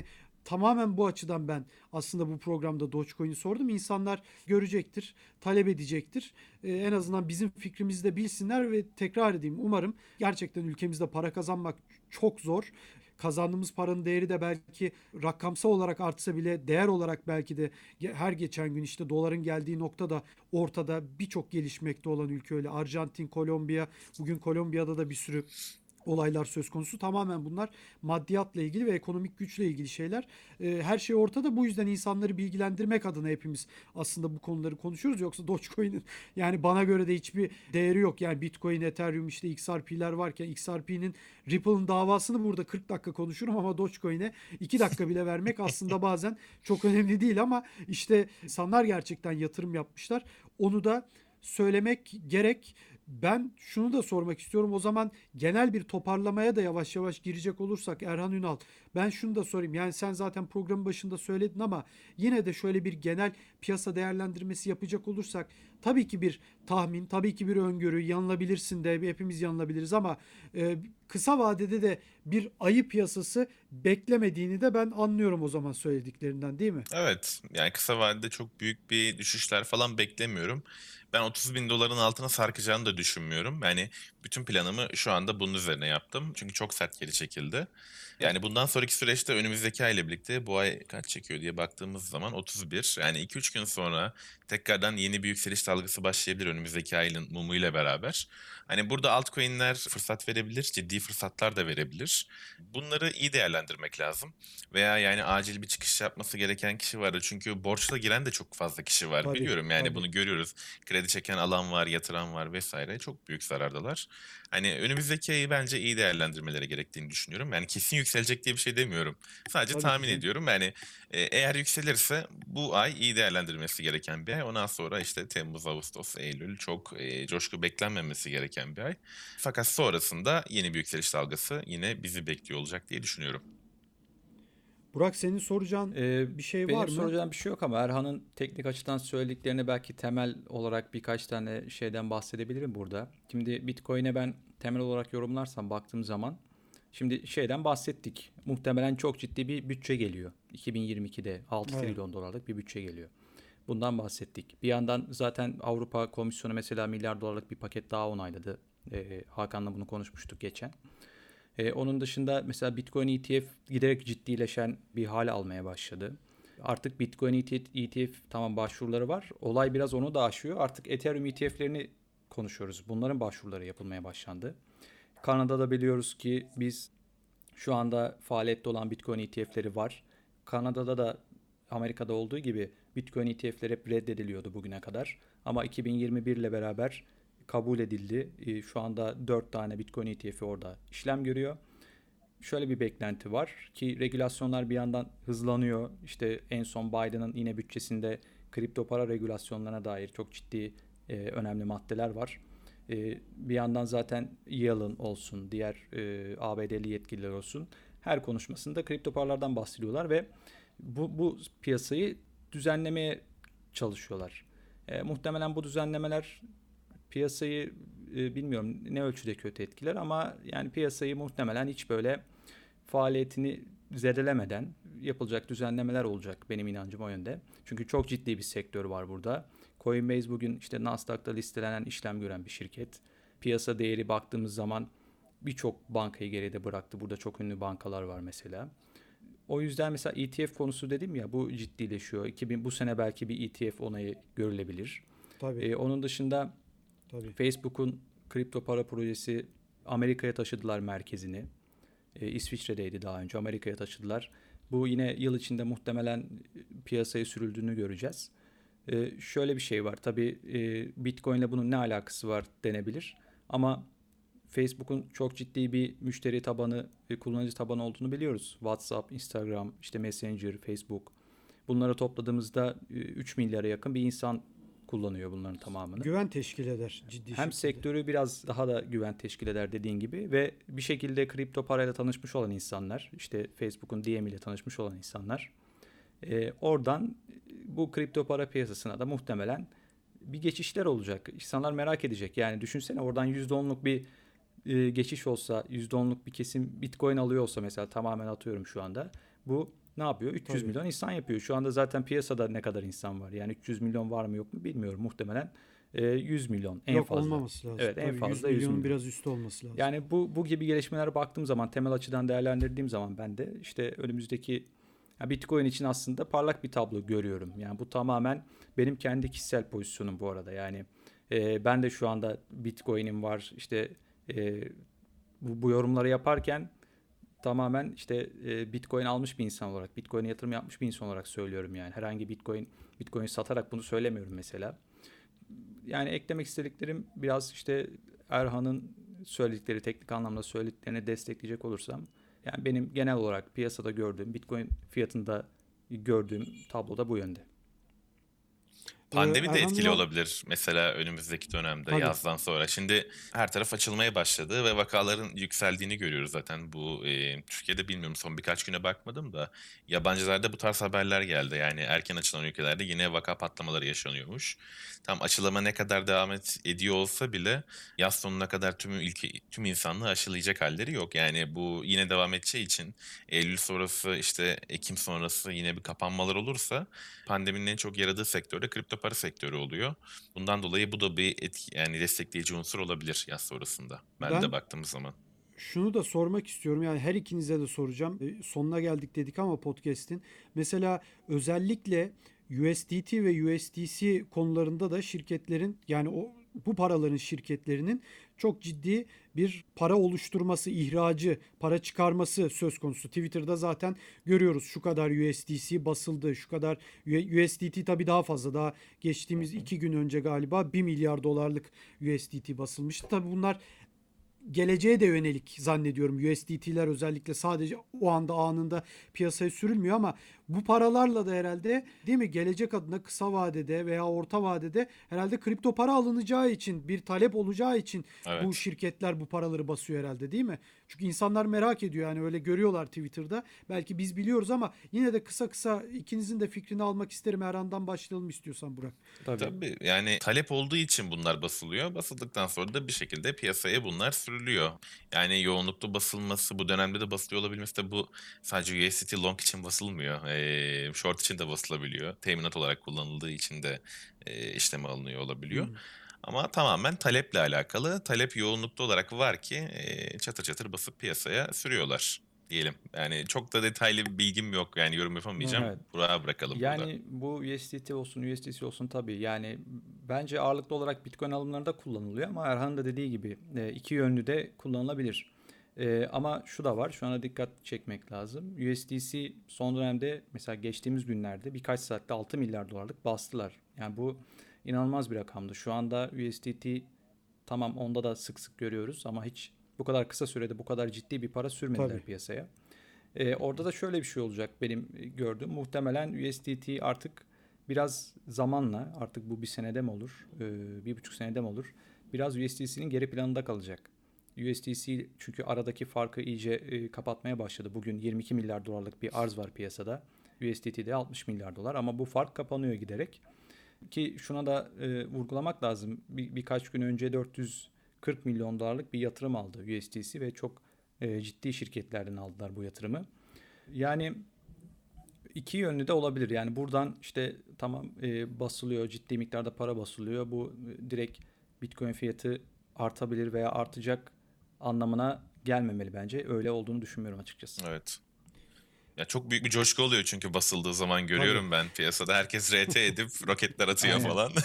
tamamen bu açıdan ben aslında bu programda Dogecoin'i sordum. İnsanlar görecektir, talep edecektir. Ee, en azından bizim fikrimizi de bilsinler ve tekrar edeyim, umarım gerçekten ülkemizde para kazanmak çok zor. Kazandığımız paranın değeri de belki rakamsal olarak artsa bile değer olarak belki de her geçen gün işte doların geldiği nokta da ortada, birçok gelişmekte olan ülke öyle. Arjantin, Kolombiya, bugün Kolombiya'da da bir sürü olaylar söz konusu. Tamamen bunlar maddiyatla ilgili ve ekonomik güçle ilgili şeyler. Ee, her şey ortada. Bu yüzden insanları bilgilendirmek adına hepimiz aslında bu konuları konuşuyoruz. Yoksa Dogecoin'in yani bana göre de hiçbir değeri yok. Yani Bitcoin, Ethereum, işte X R P'ler varken X R P'nin, Ripple'ın davasını burada kırk dakika konuşurum ama Dogecoin'e iki dakika bile vermek aslında bazen çok önemli değil ama işte insanlar gerçekten yatırım yapmışlar. Onu da söylemek gerek. Ben şunu da sormak istiyorum. O zaman genel bir toparlamaya da yavaş yavaş girecek olursak Erhan Ünal, ben şunu da sorayım. Yani sen zaten programın başında söyledin ama yine de şöyle bir genel piyasa değerlendirmesi yapacak olursak, tabii ki bir tahmin, tabii ki bir öngörü, yanılabilirsin de, hepimiz yanılabiliriz ama e, kısa vadede de bir ayı piyasası beklemediğini de ben anlıyorum o zaman söylediklerinden, değil mi? Evet, yani kısa vadede çok büyük bir düşüşler falan beklemiyorum. Ben otuz bin doların altına sarkacağını da düşünmüyorum. Yani bütün planımı şu anda bunun üzerine yaptım. Çünkü çok sert geri çekildi. Yani bundan sonraki süreçte önümüzdeki ay ile birlikte bu ay kaç çekiyor diye baktığımız zaman otuz bir. Yani iki üç gün sonra tekrardan yeni bir yükseliş dalgası başlayabilir önümüzdeki ayın mumuyla beraber. Hani burada altcoin'ler fırsat verebilir, ciddi fırsatlar da verebilir. Bunları iyi değerlendirmek lazım. Veya yani acil bir çıkış yapması gereken kişi vardır. Çünkü borçla giren de çok fazla kişi var. Tabii, Biliyorum yani tabii. bunu görüyoruz. Kredi çeken alan var, yatıran var vesaire. Çok büyük zarardalar. Hani önümüzdeki ayı bence iyi değerlendirmeleri gerektiğini düşünüyorum. Yani kesin yükselecek diye bir şey demiyorum. Sadece Tabii ki tahmin canım. ediyorum. Yani e, eğer yükselirse bu ay iyi değerlendirilmesi gereken bir ay. Ondan sonra işte Temmuz, Ağustos, Eylül çok e, coşku beklenmemesi gereken bir ay. Fakat sonrasında yeni bir yükseliş dalgası yine bizi bekliyor olacak diye düşünüyorum. Burak, senin soracağın Ee, bir şey benim var mı? soracağım bir şey yok ama Erhan'ın teknik açıdan söylediklerine belki temel olarak birkaç tane şeyden bahsedebilirim burada. Şimdi Bitcoin'e ben temel olarak yorumlarsam baktığım zaman, şimdi şeyden bahsettik. Muhtemelen çok ciddi bir bütçe geliyor. iki bin yirmi ikide altı Evet. trilyon dolarlık bir bütçe geliyor. Bundan bahsettik. Bir yandan zaten Avrupa Komisyonu mesela milyar dolarlık bir paket daha onayladı. Ee, Hakan'la bunu konuşmuştuk geçen. Ee, onun dışında mesela Bitcoin E T F giderek ciddileşen bir hal almaya başladı. Artık Bitcoin E T F tamam başvuruları var. Olay biraz onu da aşıyor. Artık Ethereum E T F'lerini konuşuyoruz. Bunların başvuruları yapılmaya başlandı. Kanada'da biliyoruz ki biz şu anda faaliyette olan Bitcoin E T F'leri var. Kanada'da da Amerika'da olduğu gibi Bitcoin E T F'ler hep reddediliyordu bugüne kadar. Ama iki bin yirmi bir ile beraber kabul edildi. Ee, Şu anda dört tane Bitcoin E T F'i orada işlem görüyor. Şöyle bir beklenti var ki regülasyonlar bir yandan hızlanıyor. İşte en son Biden'ın yine bütçesinde kripto para regülasyonlarına dair çok ciddi e, önemli maddeler var. E, bir yandan zaten Yellen olsun, diğer e, A B D'li yetkililer olsun, her konuşmasında kripto paralardan bahsediyorlar ve bu, bu piyasayı düzenlemeye çalışıyorlar. E, muhtemelen bu düzenlemeler piyasayı e, bilmiyorum ne ölçüde kötü etkiler ama yani piyasayı muhtemelen hiç böyle faaliyetini zedelemeden yapılacak düzenlemeler olacak, benim inancım o yönde. Çünkü çok ciddi bir sektör var burada. Coinbase bugün işte Nasdaq'ta listelenen, işlem gören bir şirket. Piyasa değeri baktığımız zaman birçok bankayı geride bıraktı. Burada çok ünlü bankalar var mesela. O yüzden mesela E T F konusu dedim ya, bu ciddileşiyor. iki bin bu sene belki bir E T F onayı görülebilir. Tabii, Ee, onun dışında tabii. Facebook'un kripto para projesi Amerika'ya taşıdılar merkezini. Ee, İsviçre'deydi daha önce, Amerika'ya taşıdılar. Bu yine yıl içinde muhtemelen piyasaya sürüldüğünü göreceğiz. Ee, şöyle bir şey var. Tabii e, Bitcoin ile bunun ne alakası var denebilir. Ama Facebook'un çok ciddi bir müşteri tabanı ve kullanıcı tabanı olduğunu biliyoruz. WhatsApp, Instagram, işte Messenger, Facebook. Bunları topladığımızda e, üç milyara yakın bir insan kullanıyor bunların tamamını. Güven teşkil eder ciddi Hem şekilde. sektörü biraz daha da güven teşkil eder dediğin gibi ve bir şekilde kripto parayla tanışmış olan insanlar, işte Facebook'un D M ile tanışmış olan insanlar, e, oradan bu kripto para piyasasına da muhtemelen bir geçişler olacak. İnsanlar merak edecek. Yani düşünsene, oradan yüzde onluk bir e, geçiş olsa, yüzde onluk bir kesim Bitcoin alıyor olsa mesela, tamamen atıyorum şu anda. Bu ne yapıyor? üç yüz Tabii. milyon insan yapıyor. Şu anda zaten piyasada ne kadar insan var? Yani üç yüz milyon var mı yok mu bilmiyorum. Muhtemelen e, yüz milyon en Yok, fazla. olmaması lazım. Evet, en Tabii fazla yüz yüz milyonun milyon. biraz üstü olması lazım. Yani bu bu gibi gelişmelere baktığım zaman, temel açıdan değerlendirdiğim zaman ben de işte önümüzdeki ya Bitcoin için aslında parlak bir tablo görüyorum. Yani bu tamamen benim kendi kişisel pozisyonum bu arada. Yani e, ben de şu anda Bitcoin'im var. İşte e, bu, bu yorumları yaparken tamamen işte e, Bitcoin almış bir insan olarak, Bitcoin'e yatırım yapmış bir insan olarak söylüyorum yani. Herhangi Bitcoin Bitcoin satarak bunu söylemiyorum mesela. Yani eklemek istediklerim biraz işte Erhan'ın söyledikleri, teknik anlamda söylediklerini destekleyecek olursam, yani benim genel olarak piyasada gördüğüm, Bitcoin fiyatında gördüğüm tablo da bu yönde. Pandemi Ee, de Erhan etkili Ünal, olabilir mesela önümüzdeki dönemde tabii. yazdan sonra. Şimdi her taraf açılmaya başladı ve vakaların yükseldiğini görüyoruz zaten. Bu e, Türkiye'de bilmiyorum, son birkaç güne bakmadım da yabancılarda bu tarz haberler geldi. Yani erken açılan ülkelerde yine vaka patlamaları yaşanıyormuş. Tam açılama ne kadar devam et, ediyor olsa bile yaz sonuna kadar tüm ülke tüm insanlığı aşılayacak halleri yok. Yani bu yine devam edeceği için Eylül sonrası, işte Ekim sonrası yine bir kapanmalar olursa pandeminin en çok yaradığı sektör de kripto para sektörü oluyor. Bundan dolayı bu da bir etki, yani destekleyici unsur olabilir yaz sonrasında. Ben de Ben baktığımız zaman. şunu da sormak istiyorum. Yani her ikinize de soracağım. E, Sonuna geldik dedik ama podcast'in. Mesela özellikle U S D T ve U S D C konularında da şirketlerin, yani o bu paraların şirketlerinin çok ciddi bir para oluşturması, ihracı, para çıkarması söz konusu. Twitter'da zaten görüyoruz, şu kadar U S D C basıldı, şu kadar U S D T tabii daha fazla. Daha geçtiğimiz iki gün önce galiba bir milyar dolarlık U S D T basılmıştı. Tabii bunlar geleceğe de yönelik zannediyorum. U S D T'ler özellikle sadece o anda anında piyasaya sürülmüyor ama bu paralarla da herhalde, değil mi, gelecek adına kısa vadede veya orta vadede herhalde kripto para alınacağı için, bir talep olacağı için bu Evet. şirketler bu paraları basıyor herhalde, değil mi? Çünkü insanlar merak ediyor, yani öyle görüyorlar Twitter'da. Belki biz biliyoruz ama yine de kısa kısa ikinizin de fikrini almak isterim. Erhan'dan başlayalım istiyorsan Burak. Tabii. Tabii, yani talep olduğu için bunlar basılıyor. Basıldıktan sonra da bir şekilde piyasaya bunlar sürülüyor. Yani yoğunluklu basılması, bu dönemde de basılıyor olabilmesi de, bu sadece U S D T long için basılmıyor. Ee, short için de basılabiliyor. Teminat olarak kullanıldığı için de e, işleme alınıyor olabiliyor. Hmm. Ama tamamen taleple alakalı. Talep yoğunlukta olarak var ki e, çatır çatır basıp piyasaya sürüyorlar diyelim. Yani çok da detaylı bir bilgim yok. Yani yorum yapamayacağım. Evet. Burak'a bırakalım burada. Yani bu U S D T olsun, U S D C olsun, tabii yani bence ağırlıklı olarak Bitcoin alımlarında kullanılıyor ama Erhan'ın da dediği gibi e, iki yönlü de kullanılabilir. E, ama şu da var, şu ana dikkat çekmek lazım. U S D C son dönemde, mesela geçtiğimiz günlerde birkaç saatte altı milyar dolarlık bastılar. Yani bu inanılmaz bir rakamdı. Şu anda U S D T, tamam, onda da sık sık görüyoruz ama hiç bu kadar kısa sürede bu kadar ciddi bir para sürmediler Tabii. piyasaya. Ee, orada da şöyle bir şey olacak benim gördüğüm. Muhtemelen U S D T artık biraz zamanla, artık bu bir senede mi olur, e, bir buçuk senede mi olur, biraz U S D C'nin geri planında kalacak. U S D C çünkü aradaki farkı iyice e, kapatmaya başladı. Bugün yirmi iki milyar dolarlık bir arz var piyasada. U S D T'de altmış milyar dolar ama bu fark kapanıyor giderek. Ki şuna da e, vurgulamak lazım. Bir, birkaç gün önce dört yüz kırk milyon dolarlık bir yatırım aldı U S D C ve çok e, ciddi şirketlerden aldılar bu yatırımı. Yani iki yönlü de olabilir. Yani buradan işte tamam, e, basılıyor, ciddi miktarda para basılıyor. Bu e, direkt Bitcoin fiyatı artabilir veya artacak anlamına gelmemeli bence. Öyle olduğunu düşünmüyorum açıkçası. Evet. Ya çok büyük bir coşku oluyor çünkü basıldığı zaman Tabii. görüyorum ben piyasada. Herkes R T edip roketler atıyor Aynen. falan.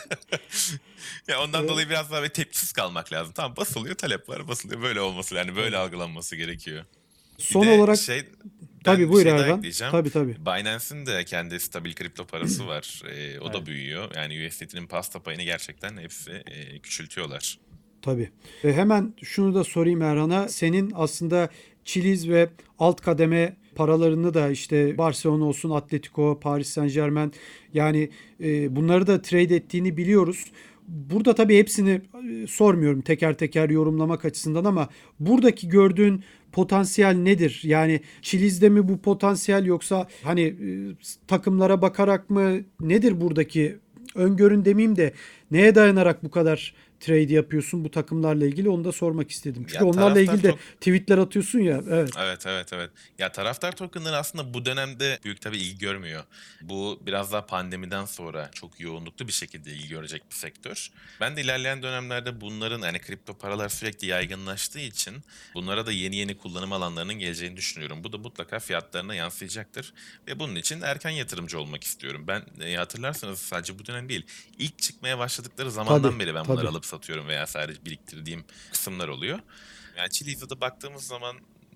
Ya ondan Ee, dolayı biraz daha böyle tepkisiz kalmak lazım. Tamam, basılıyor, talep var, basılıyor. Böyle olması, yani böyle tabii. algılanması gerekiyor. Bir Son de olarak şey, tabii ben bir buyur şey daha Erhan. ekleyeceğim. Tabii tabii. Binance'in de kendi stabil kripto parası var. Ee, o da Evet. büyüyor. Yani U S D T'nin pasta payını gerçekten hepsi e, küçültüyorlar. Tabii. E, hemen şunu da sorayım Erhan'a. Senin aslında Chiliz ve alt kademe paralarını da, işte Barcelona olsun, Atletico, Paris Saint-Germain, yani e, bunları da trade ettiğini biliyoruz. Burada tabii hepsini e, sormuyorum teker teker yorumlamak açısından ama buradaki gördüğün potansiyel nedir? Yani Chiliz'de mi bu potansiyel, yoksa hani e, takımlara bakarak mı, nedir buradaki öngörün demeyeyim de neye dayanarak bu kadar trade yapıyorsun bu takımlarla ilgili, onu da sormak istedim. Çünkü Ya onlarla ilgili de taraftar tok- tweetler atıyorsun ya. Evet. Evet, evet, evet. Ya taraftar tokenları aslında bu dönemde büyük tabii ilgi görmüyor. Bu biraz daha pandemiden sonra çok yoğunluklu bir şekilde ilgi görecek bir sektör. Ben de ilerleyen dönemlerde bunların, hani kripto paralar sürekli yaygınlaştığı için bunlara da yeni yeni kullanım alanlarının geleceğini düşünüyorum. Bu da mutlaka fiyatlarına yansıyacaktır. Ve bunun için erken yatırımcı olmak istiyorum. Ben e, hatırlarsanız sadece bu dönem değil, ilk çıkmaya başladıkları Tabii, zamandan beri ben bunları tabii. alıp satıyorum veya sadece biriktirdiğim kısımlar oluyor. Yani Chili'de baktığımız zaman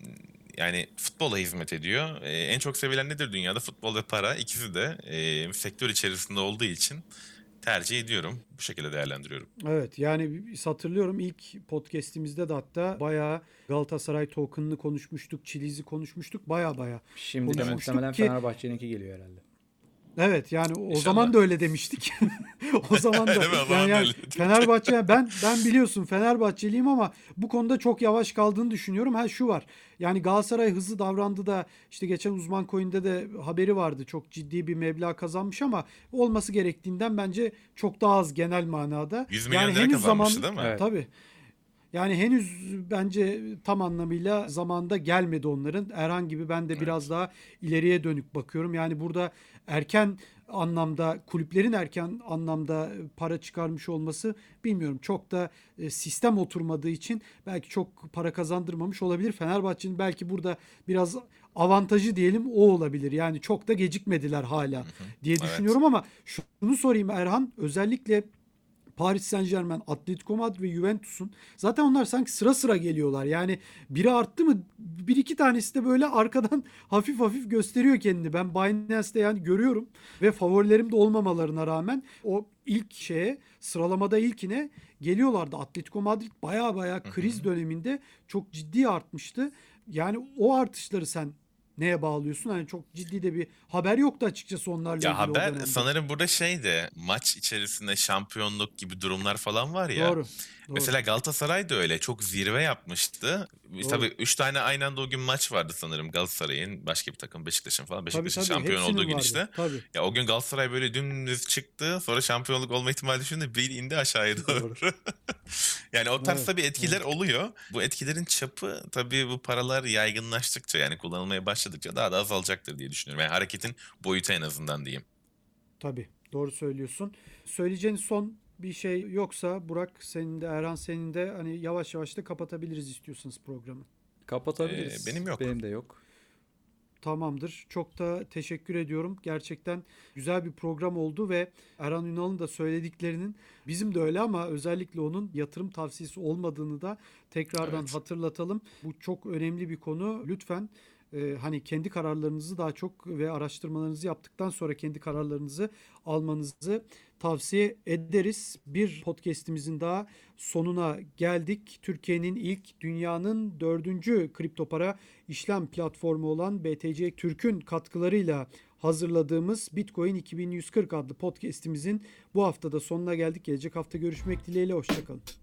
yani futbola hizmet ediyor. Ee, en çok sevilen nedir dünyada? Futbol ve para. İkisi de e, sektör içerisinde olduğu için tercih ediyorum. Bu şekilde değerlendiriyorum. Evet, yani biz hatırlıyorum ilk podcast'imizde de hatta bayağı Galatasaray token'ını konuşmuştuk, Chili'zi konuşmuştuk, baya baya Şimdi de konuşmuştuk muhtemelen ki Fenerbahçe'ninki geliyor herhalde. evet, yani o İnşallah. zaman da öyle demiştik. O zaman da Değil mi? O yani, zaman da yani öyle dedik. Fenerbahçe, ben ben biliyorsun Fenerbahçeliyim ama bu konuda çok yavaş kaldığını düşünüyorum. Ha şu var. Yani Galatasaray hızlı davrandı da işte geçen Uzman Coin'de de haberi vardı. Çok ciddi bir meblağ kazanmış ama olması gerektiğinden bence çok daha az genel manada. yüz milyon Yani lira henüz zaman kazanmıştı değil mi? Evet. tabii. Yani henüz bence tam anlamıyla zamanda gelmedi onların. Erhan gibi ben de biraz Evet. daha ileriye dönük bakıyorum. Yani burada erken anlamda, kulüplerin erken anlamda para çıkarmış olması, bilmiyorum, çok da e, sistem oturmadığı için belki çok para kazandırmamış olabilir. Fenerbahçe'nin belki burada biraz avantajı diyelim o olabilir. Yani çok da gecikmediler hala diye Evet. düşünüyorum ama şunu sorayım Erhan, özellikle Paris Saint-Germain, Atletico Madrid ve Juventus'un zaten onlar sanki sıra sıra geliyorlar. Yani biri arttı mı bir iki tanesi de böyle arkadan hafif hafif gösteriyor kendini. Ben Binance'te yani görüyorum ve favorilerim de olmamalarına rağmen o ilk şeye, sıralamada ilkine geliyorlardı. Atletico Madrid baya baya kriz döneminde çok ciddi artmıştı. Yani o artışları sen neye bağlıyorsun? Hani çok ciddi de bir haber yoktu açıkçası onlarla Ya ilgili o haber dönemde. sanırım burada şeydi, maç içerisinde şampiyonluk gibi durumlar falan var ya. Doğru. Doğru. Mesela Galatasaray da öyle çok zirve yapmıştı. Doğru. Tabii üç tane aynı anda o gün maç vardı sanırım Galatasaray'ın, başka bir takım Beşiktaş'ın falan. Tabii Beşiktaş'ın tabii, şampiyon olduğu hepsinin gün vardı. işte. Tabii. Ya o gün Galatasaray böyle dümdüz çıktı. Sonra şampiyonluk olma ihtimali düşündü. Bir indi aşağıya doğru. Doğru. Yani o tarz Evet. tabii etkiler Evet. oluyor. Bu etkilerin çapı tabii bu paralar yaygınlaştıkça, yani kullanılmaya başladıkça daha da azalacaktır diye düşünüyorum. Yani hareketin boyutu en azından diyeyim. Tabii. Doğru söylüyorsun. Söyleyeceğin son bir şey yoksa Burak, senin de Erhan, senin de hani yavaş yavaş da kapatabiliriz istiyorsanız programı. Kapatabiliriz. Ee, benim yok. Benim de yok. Tamamdır. Çok da teşekkür ediyorum. Gerçekten güzel bir program oldu ve Erhan Ünal'ın da söylediklerinin, bizim de öyle ama özellikle onun yatırım tavsiyesi olmadığını da tekrardan Evet. hatırlatalım. Bu çok önemli bir konu. Lütfen e, hani kendi kararlarınızı daha çok ve araştırmalarınızı yaptıktan sonra kendi kararlarınızı almanızı tavsiye ederiz. Bir podcast'imizin daha sonuna geldik. Türkiye'nin ilk, dünyanın dördüncü kripto para işlem platformu olan B T C Türk'ün katkılarıyla hazırladığımız Bitcoin iki bin yüz kırk adlı podcast'imizin bu haftada sonuna geldik. Gelecek hafta görüşmek dileğiyle. Hoşçakalın.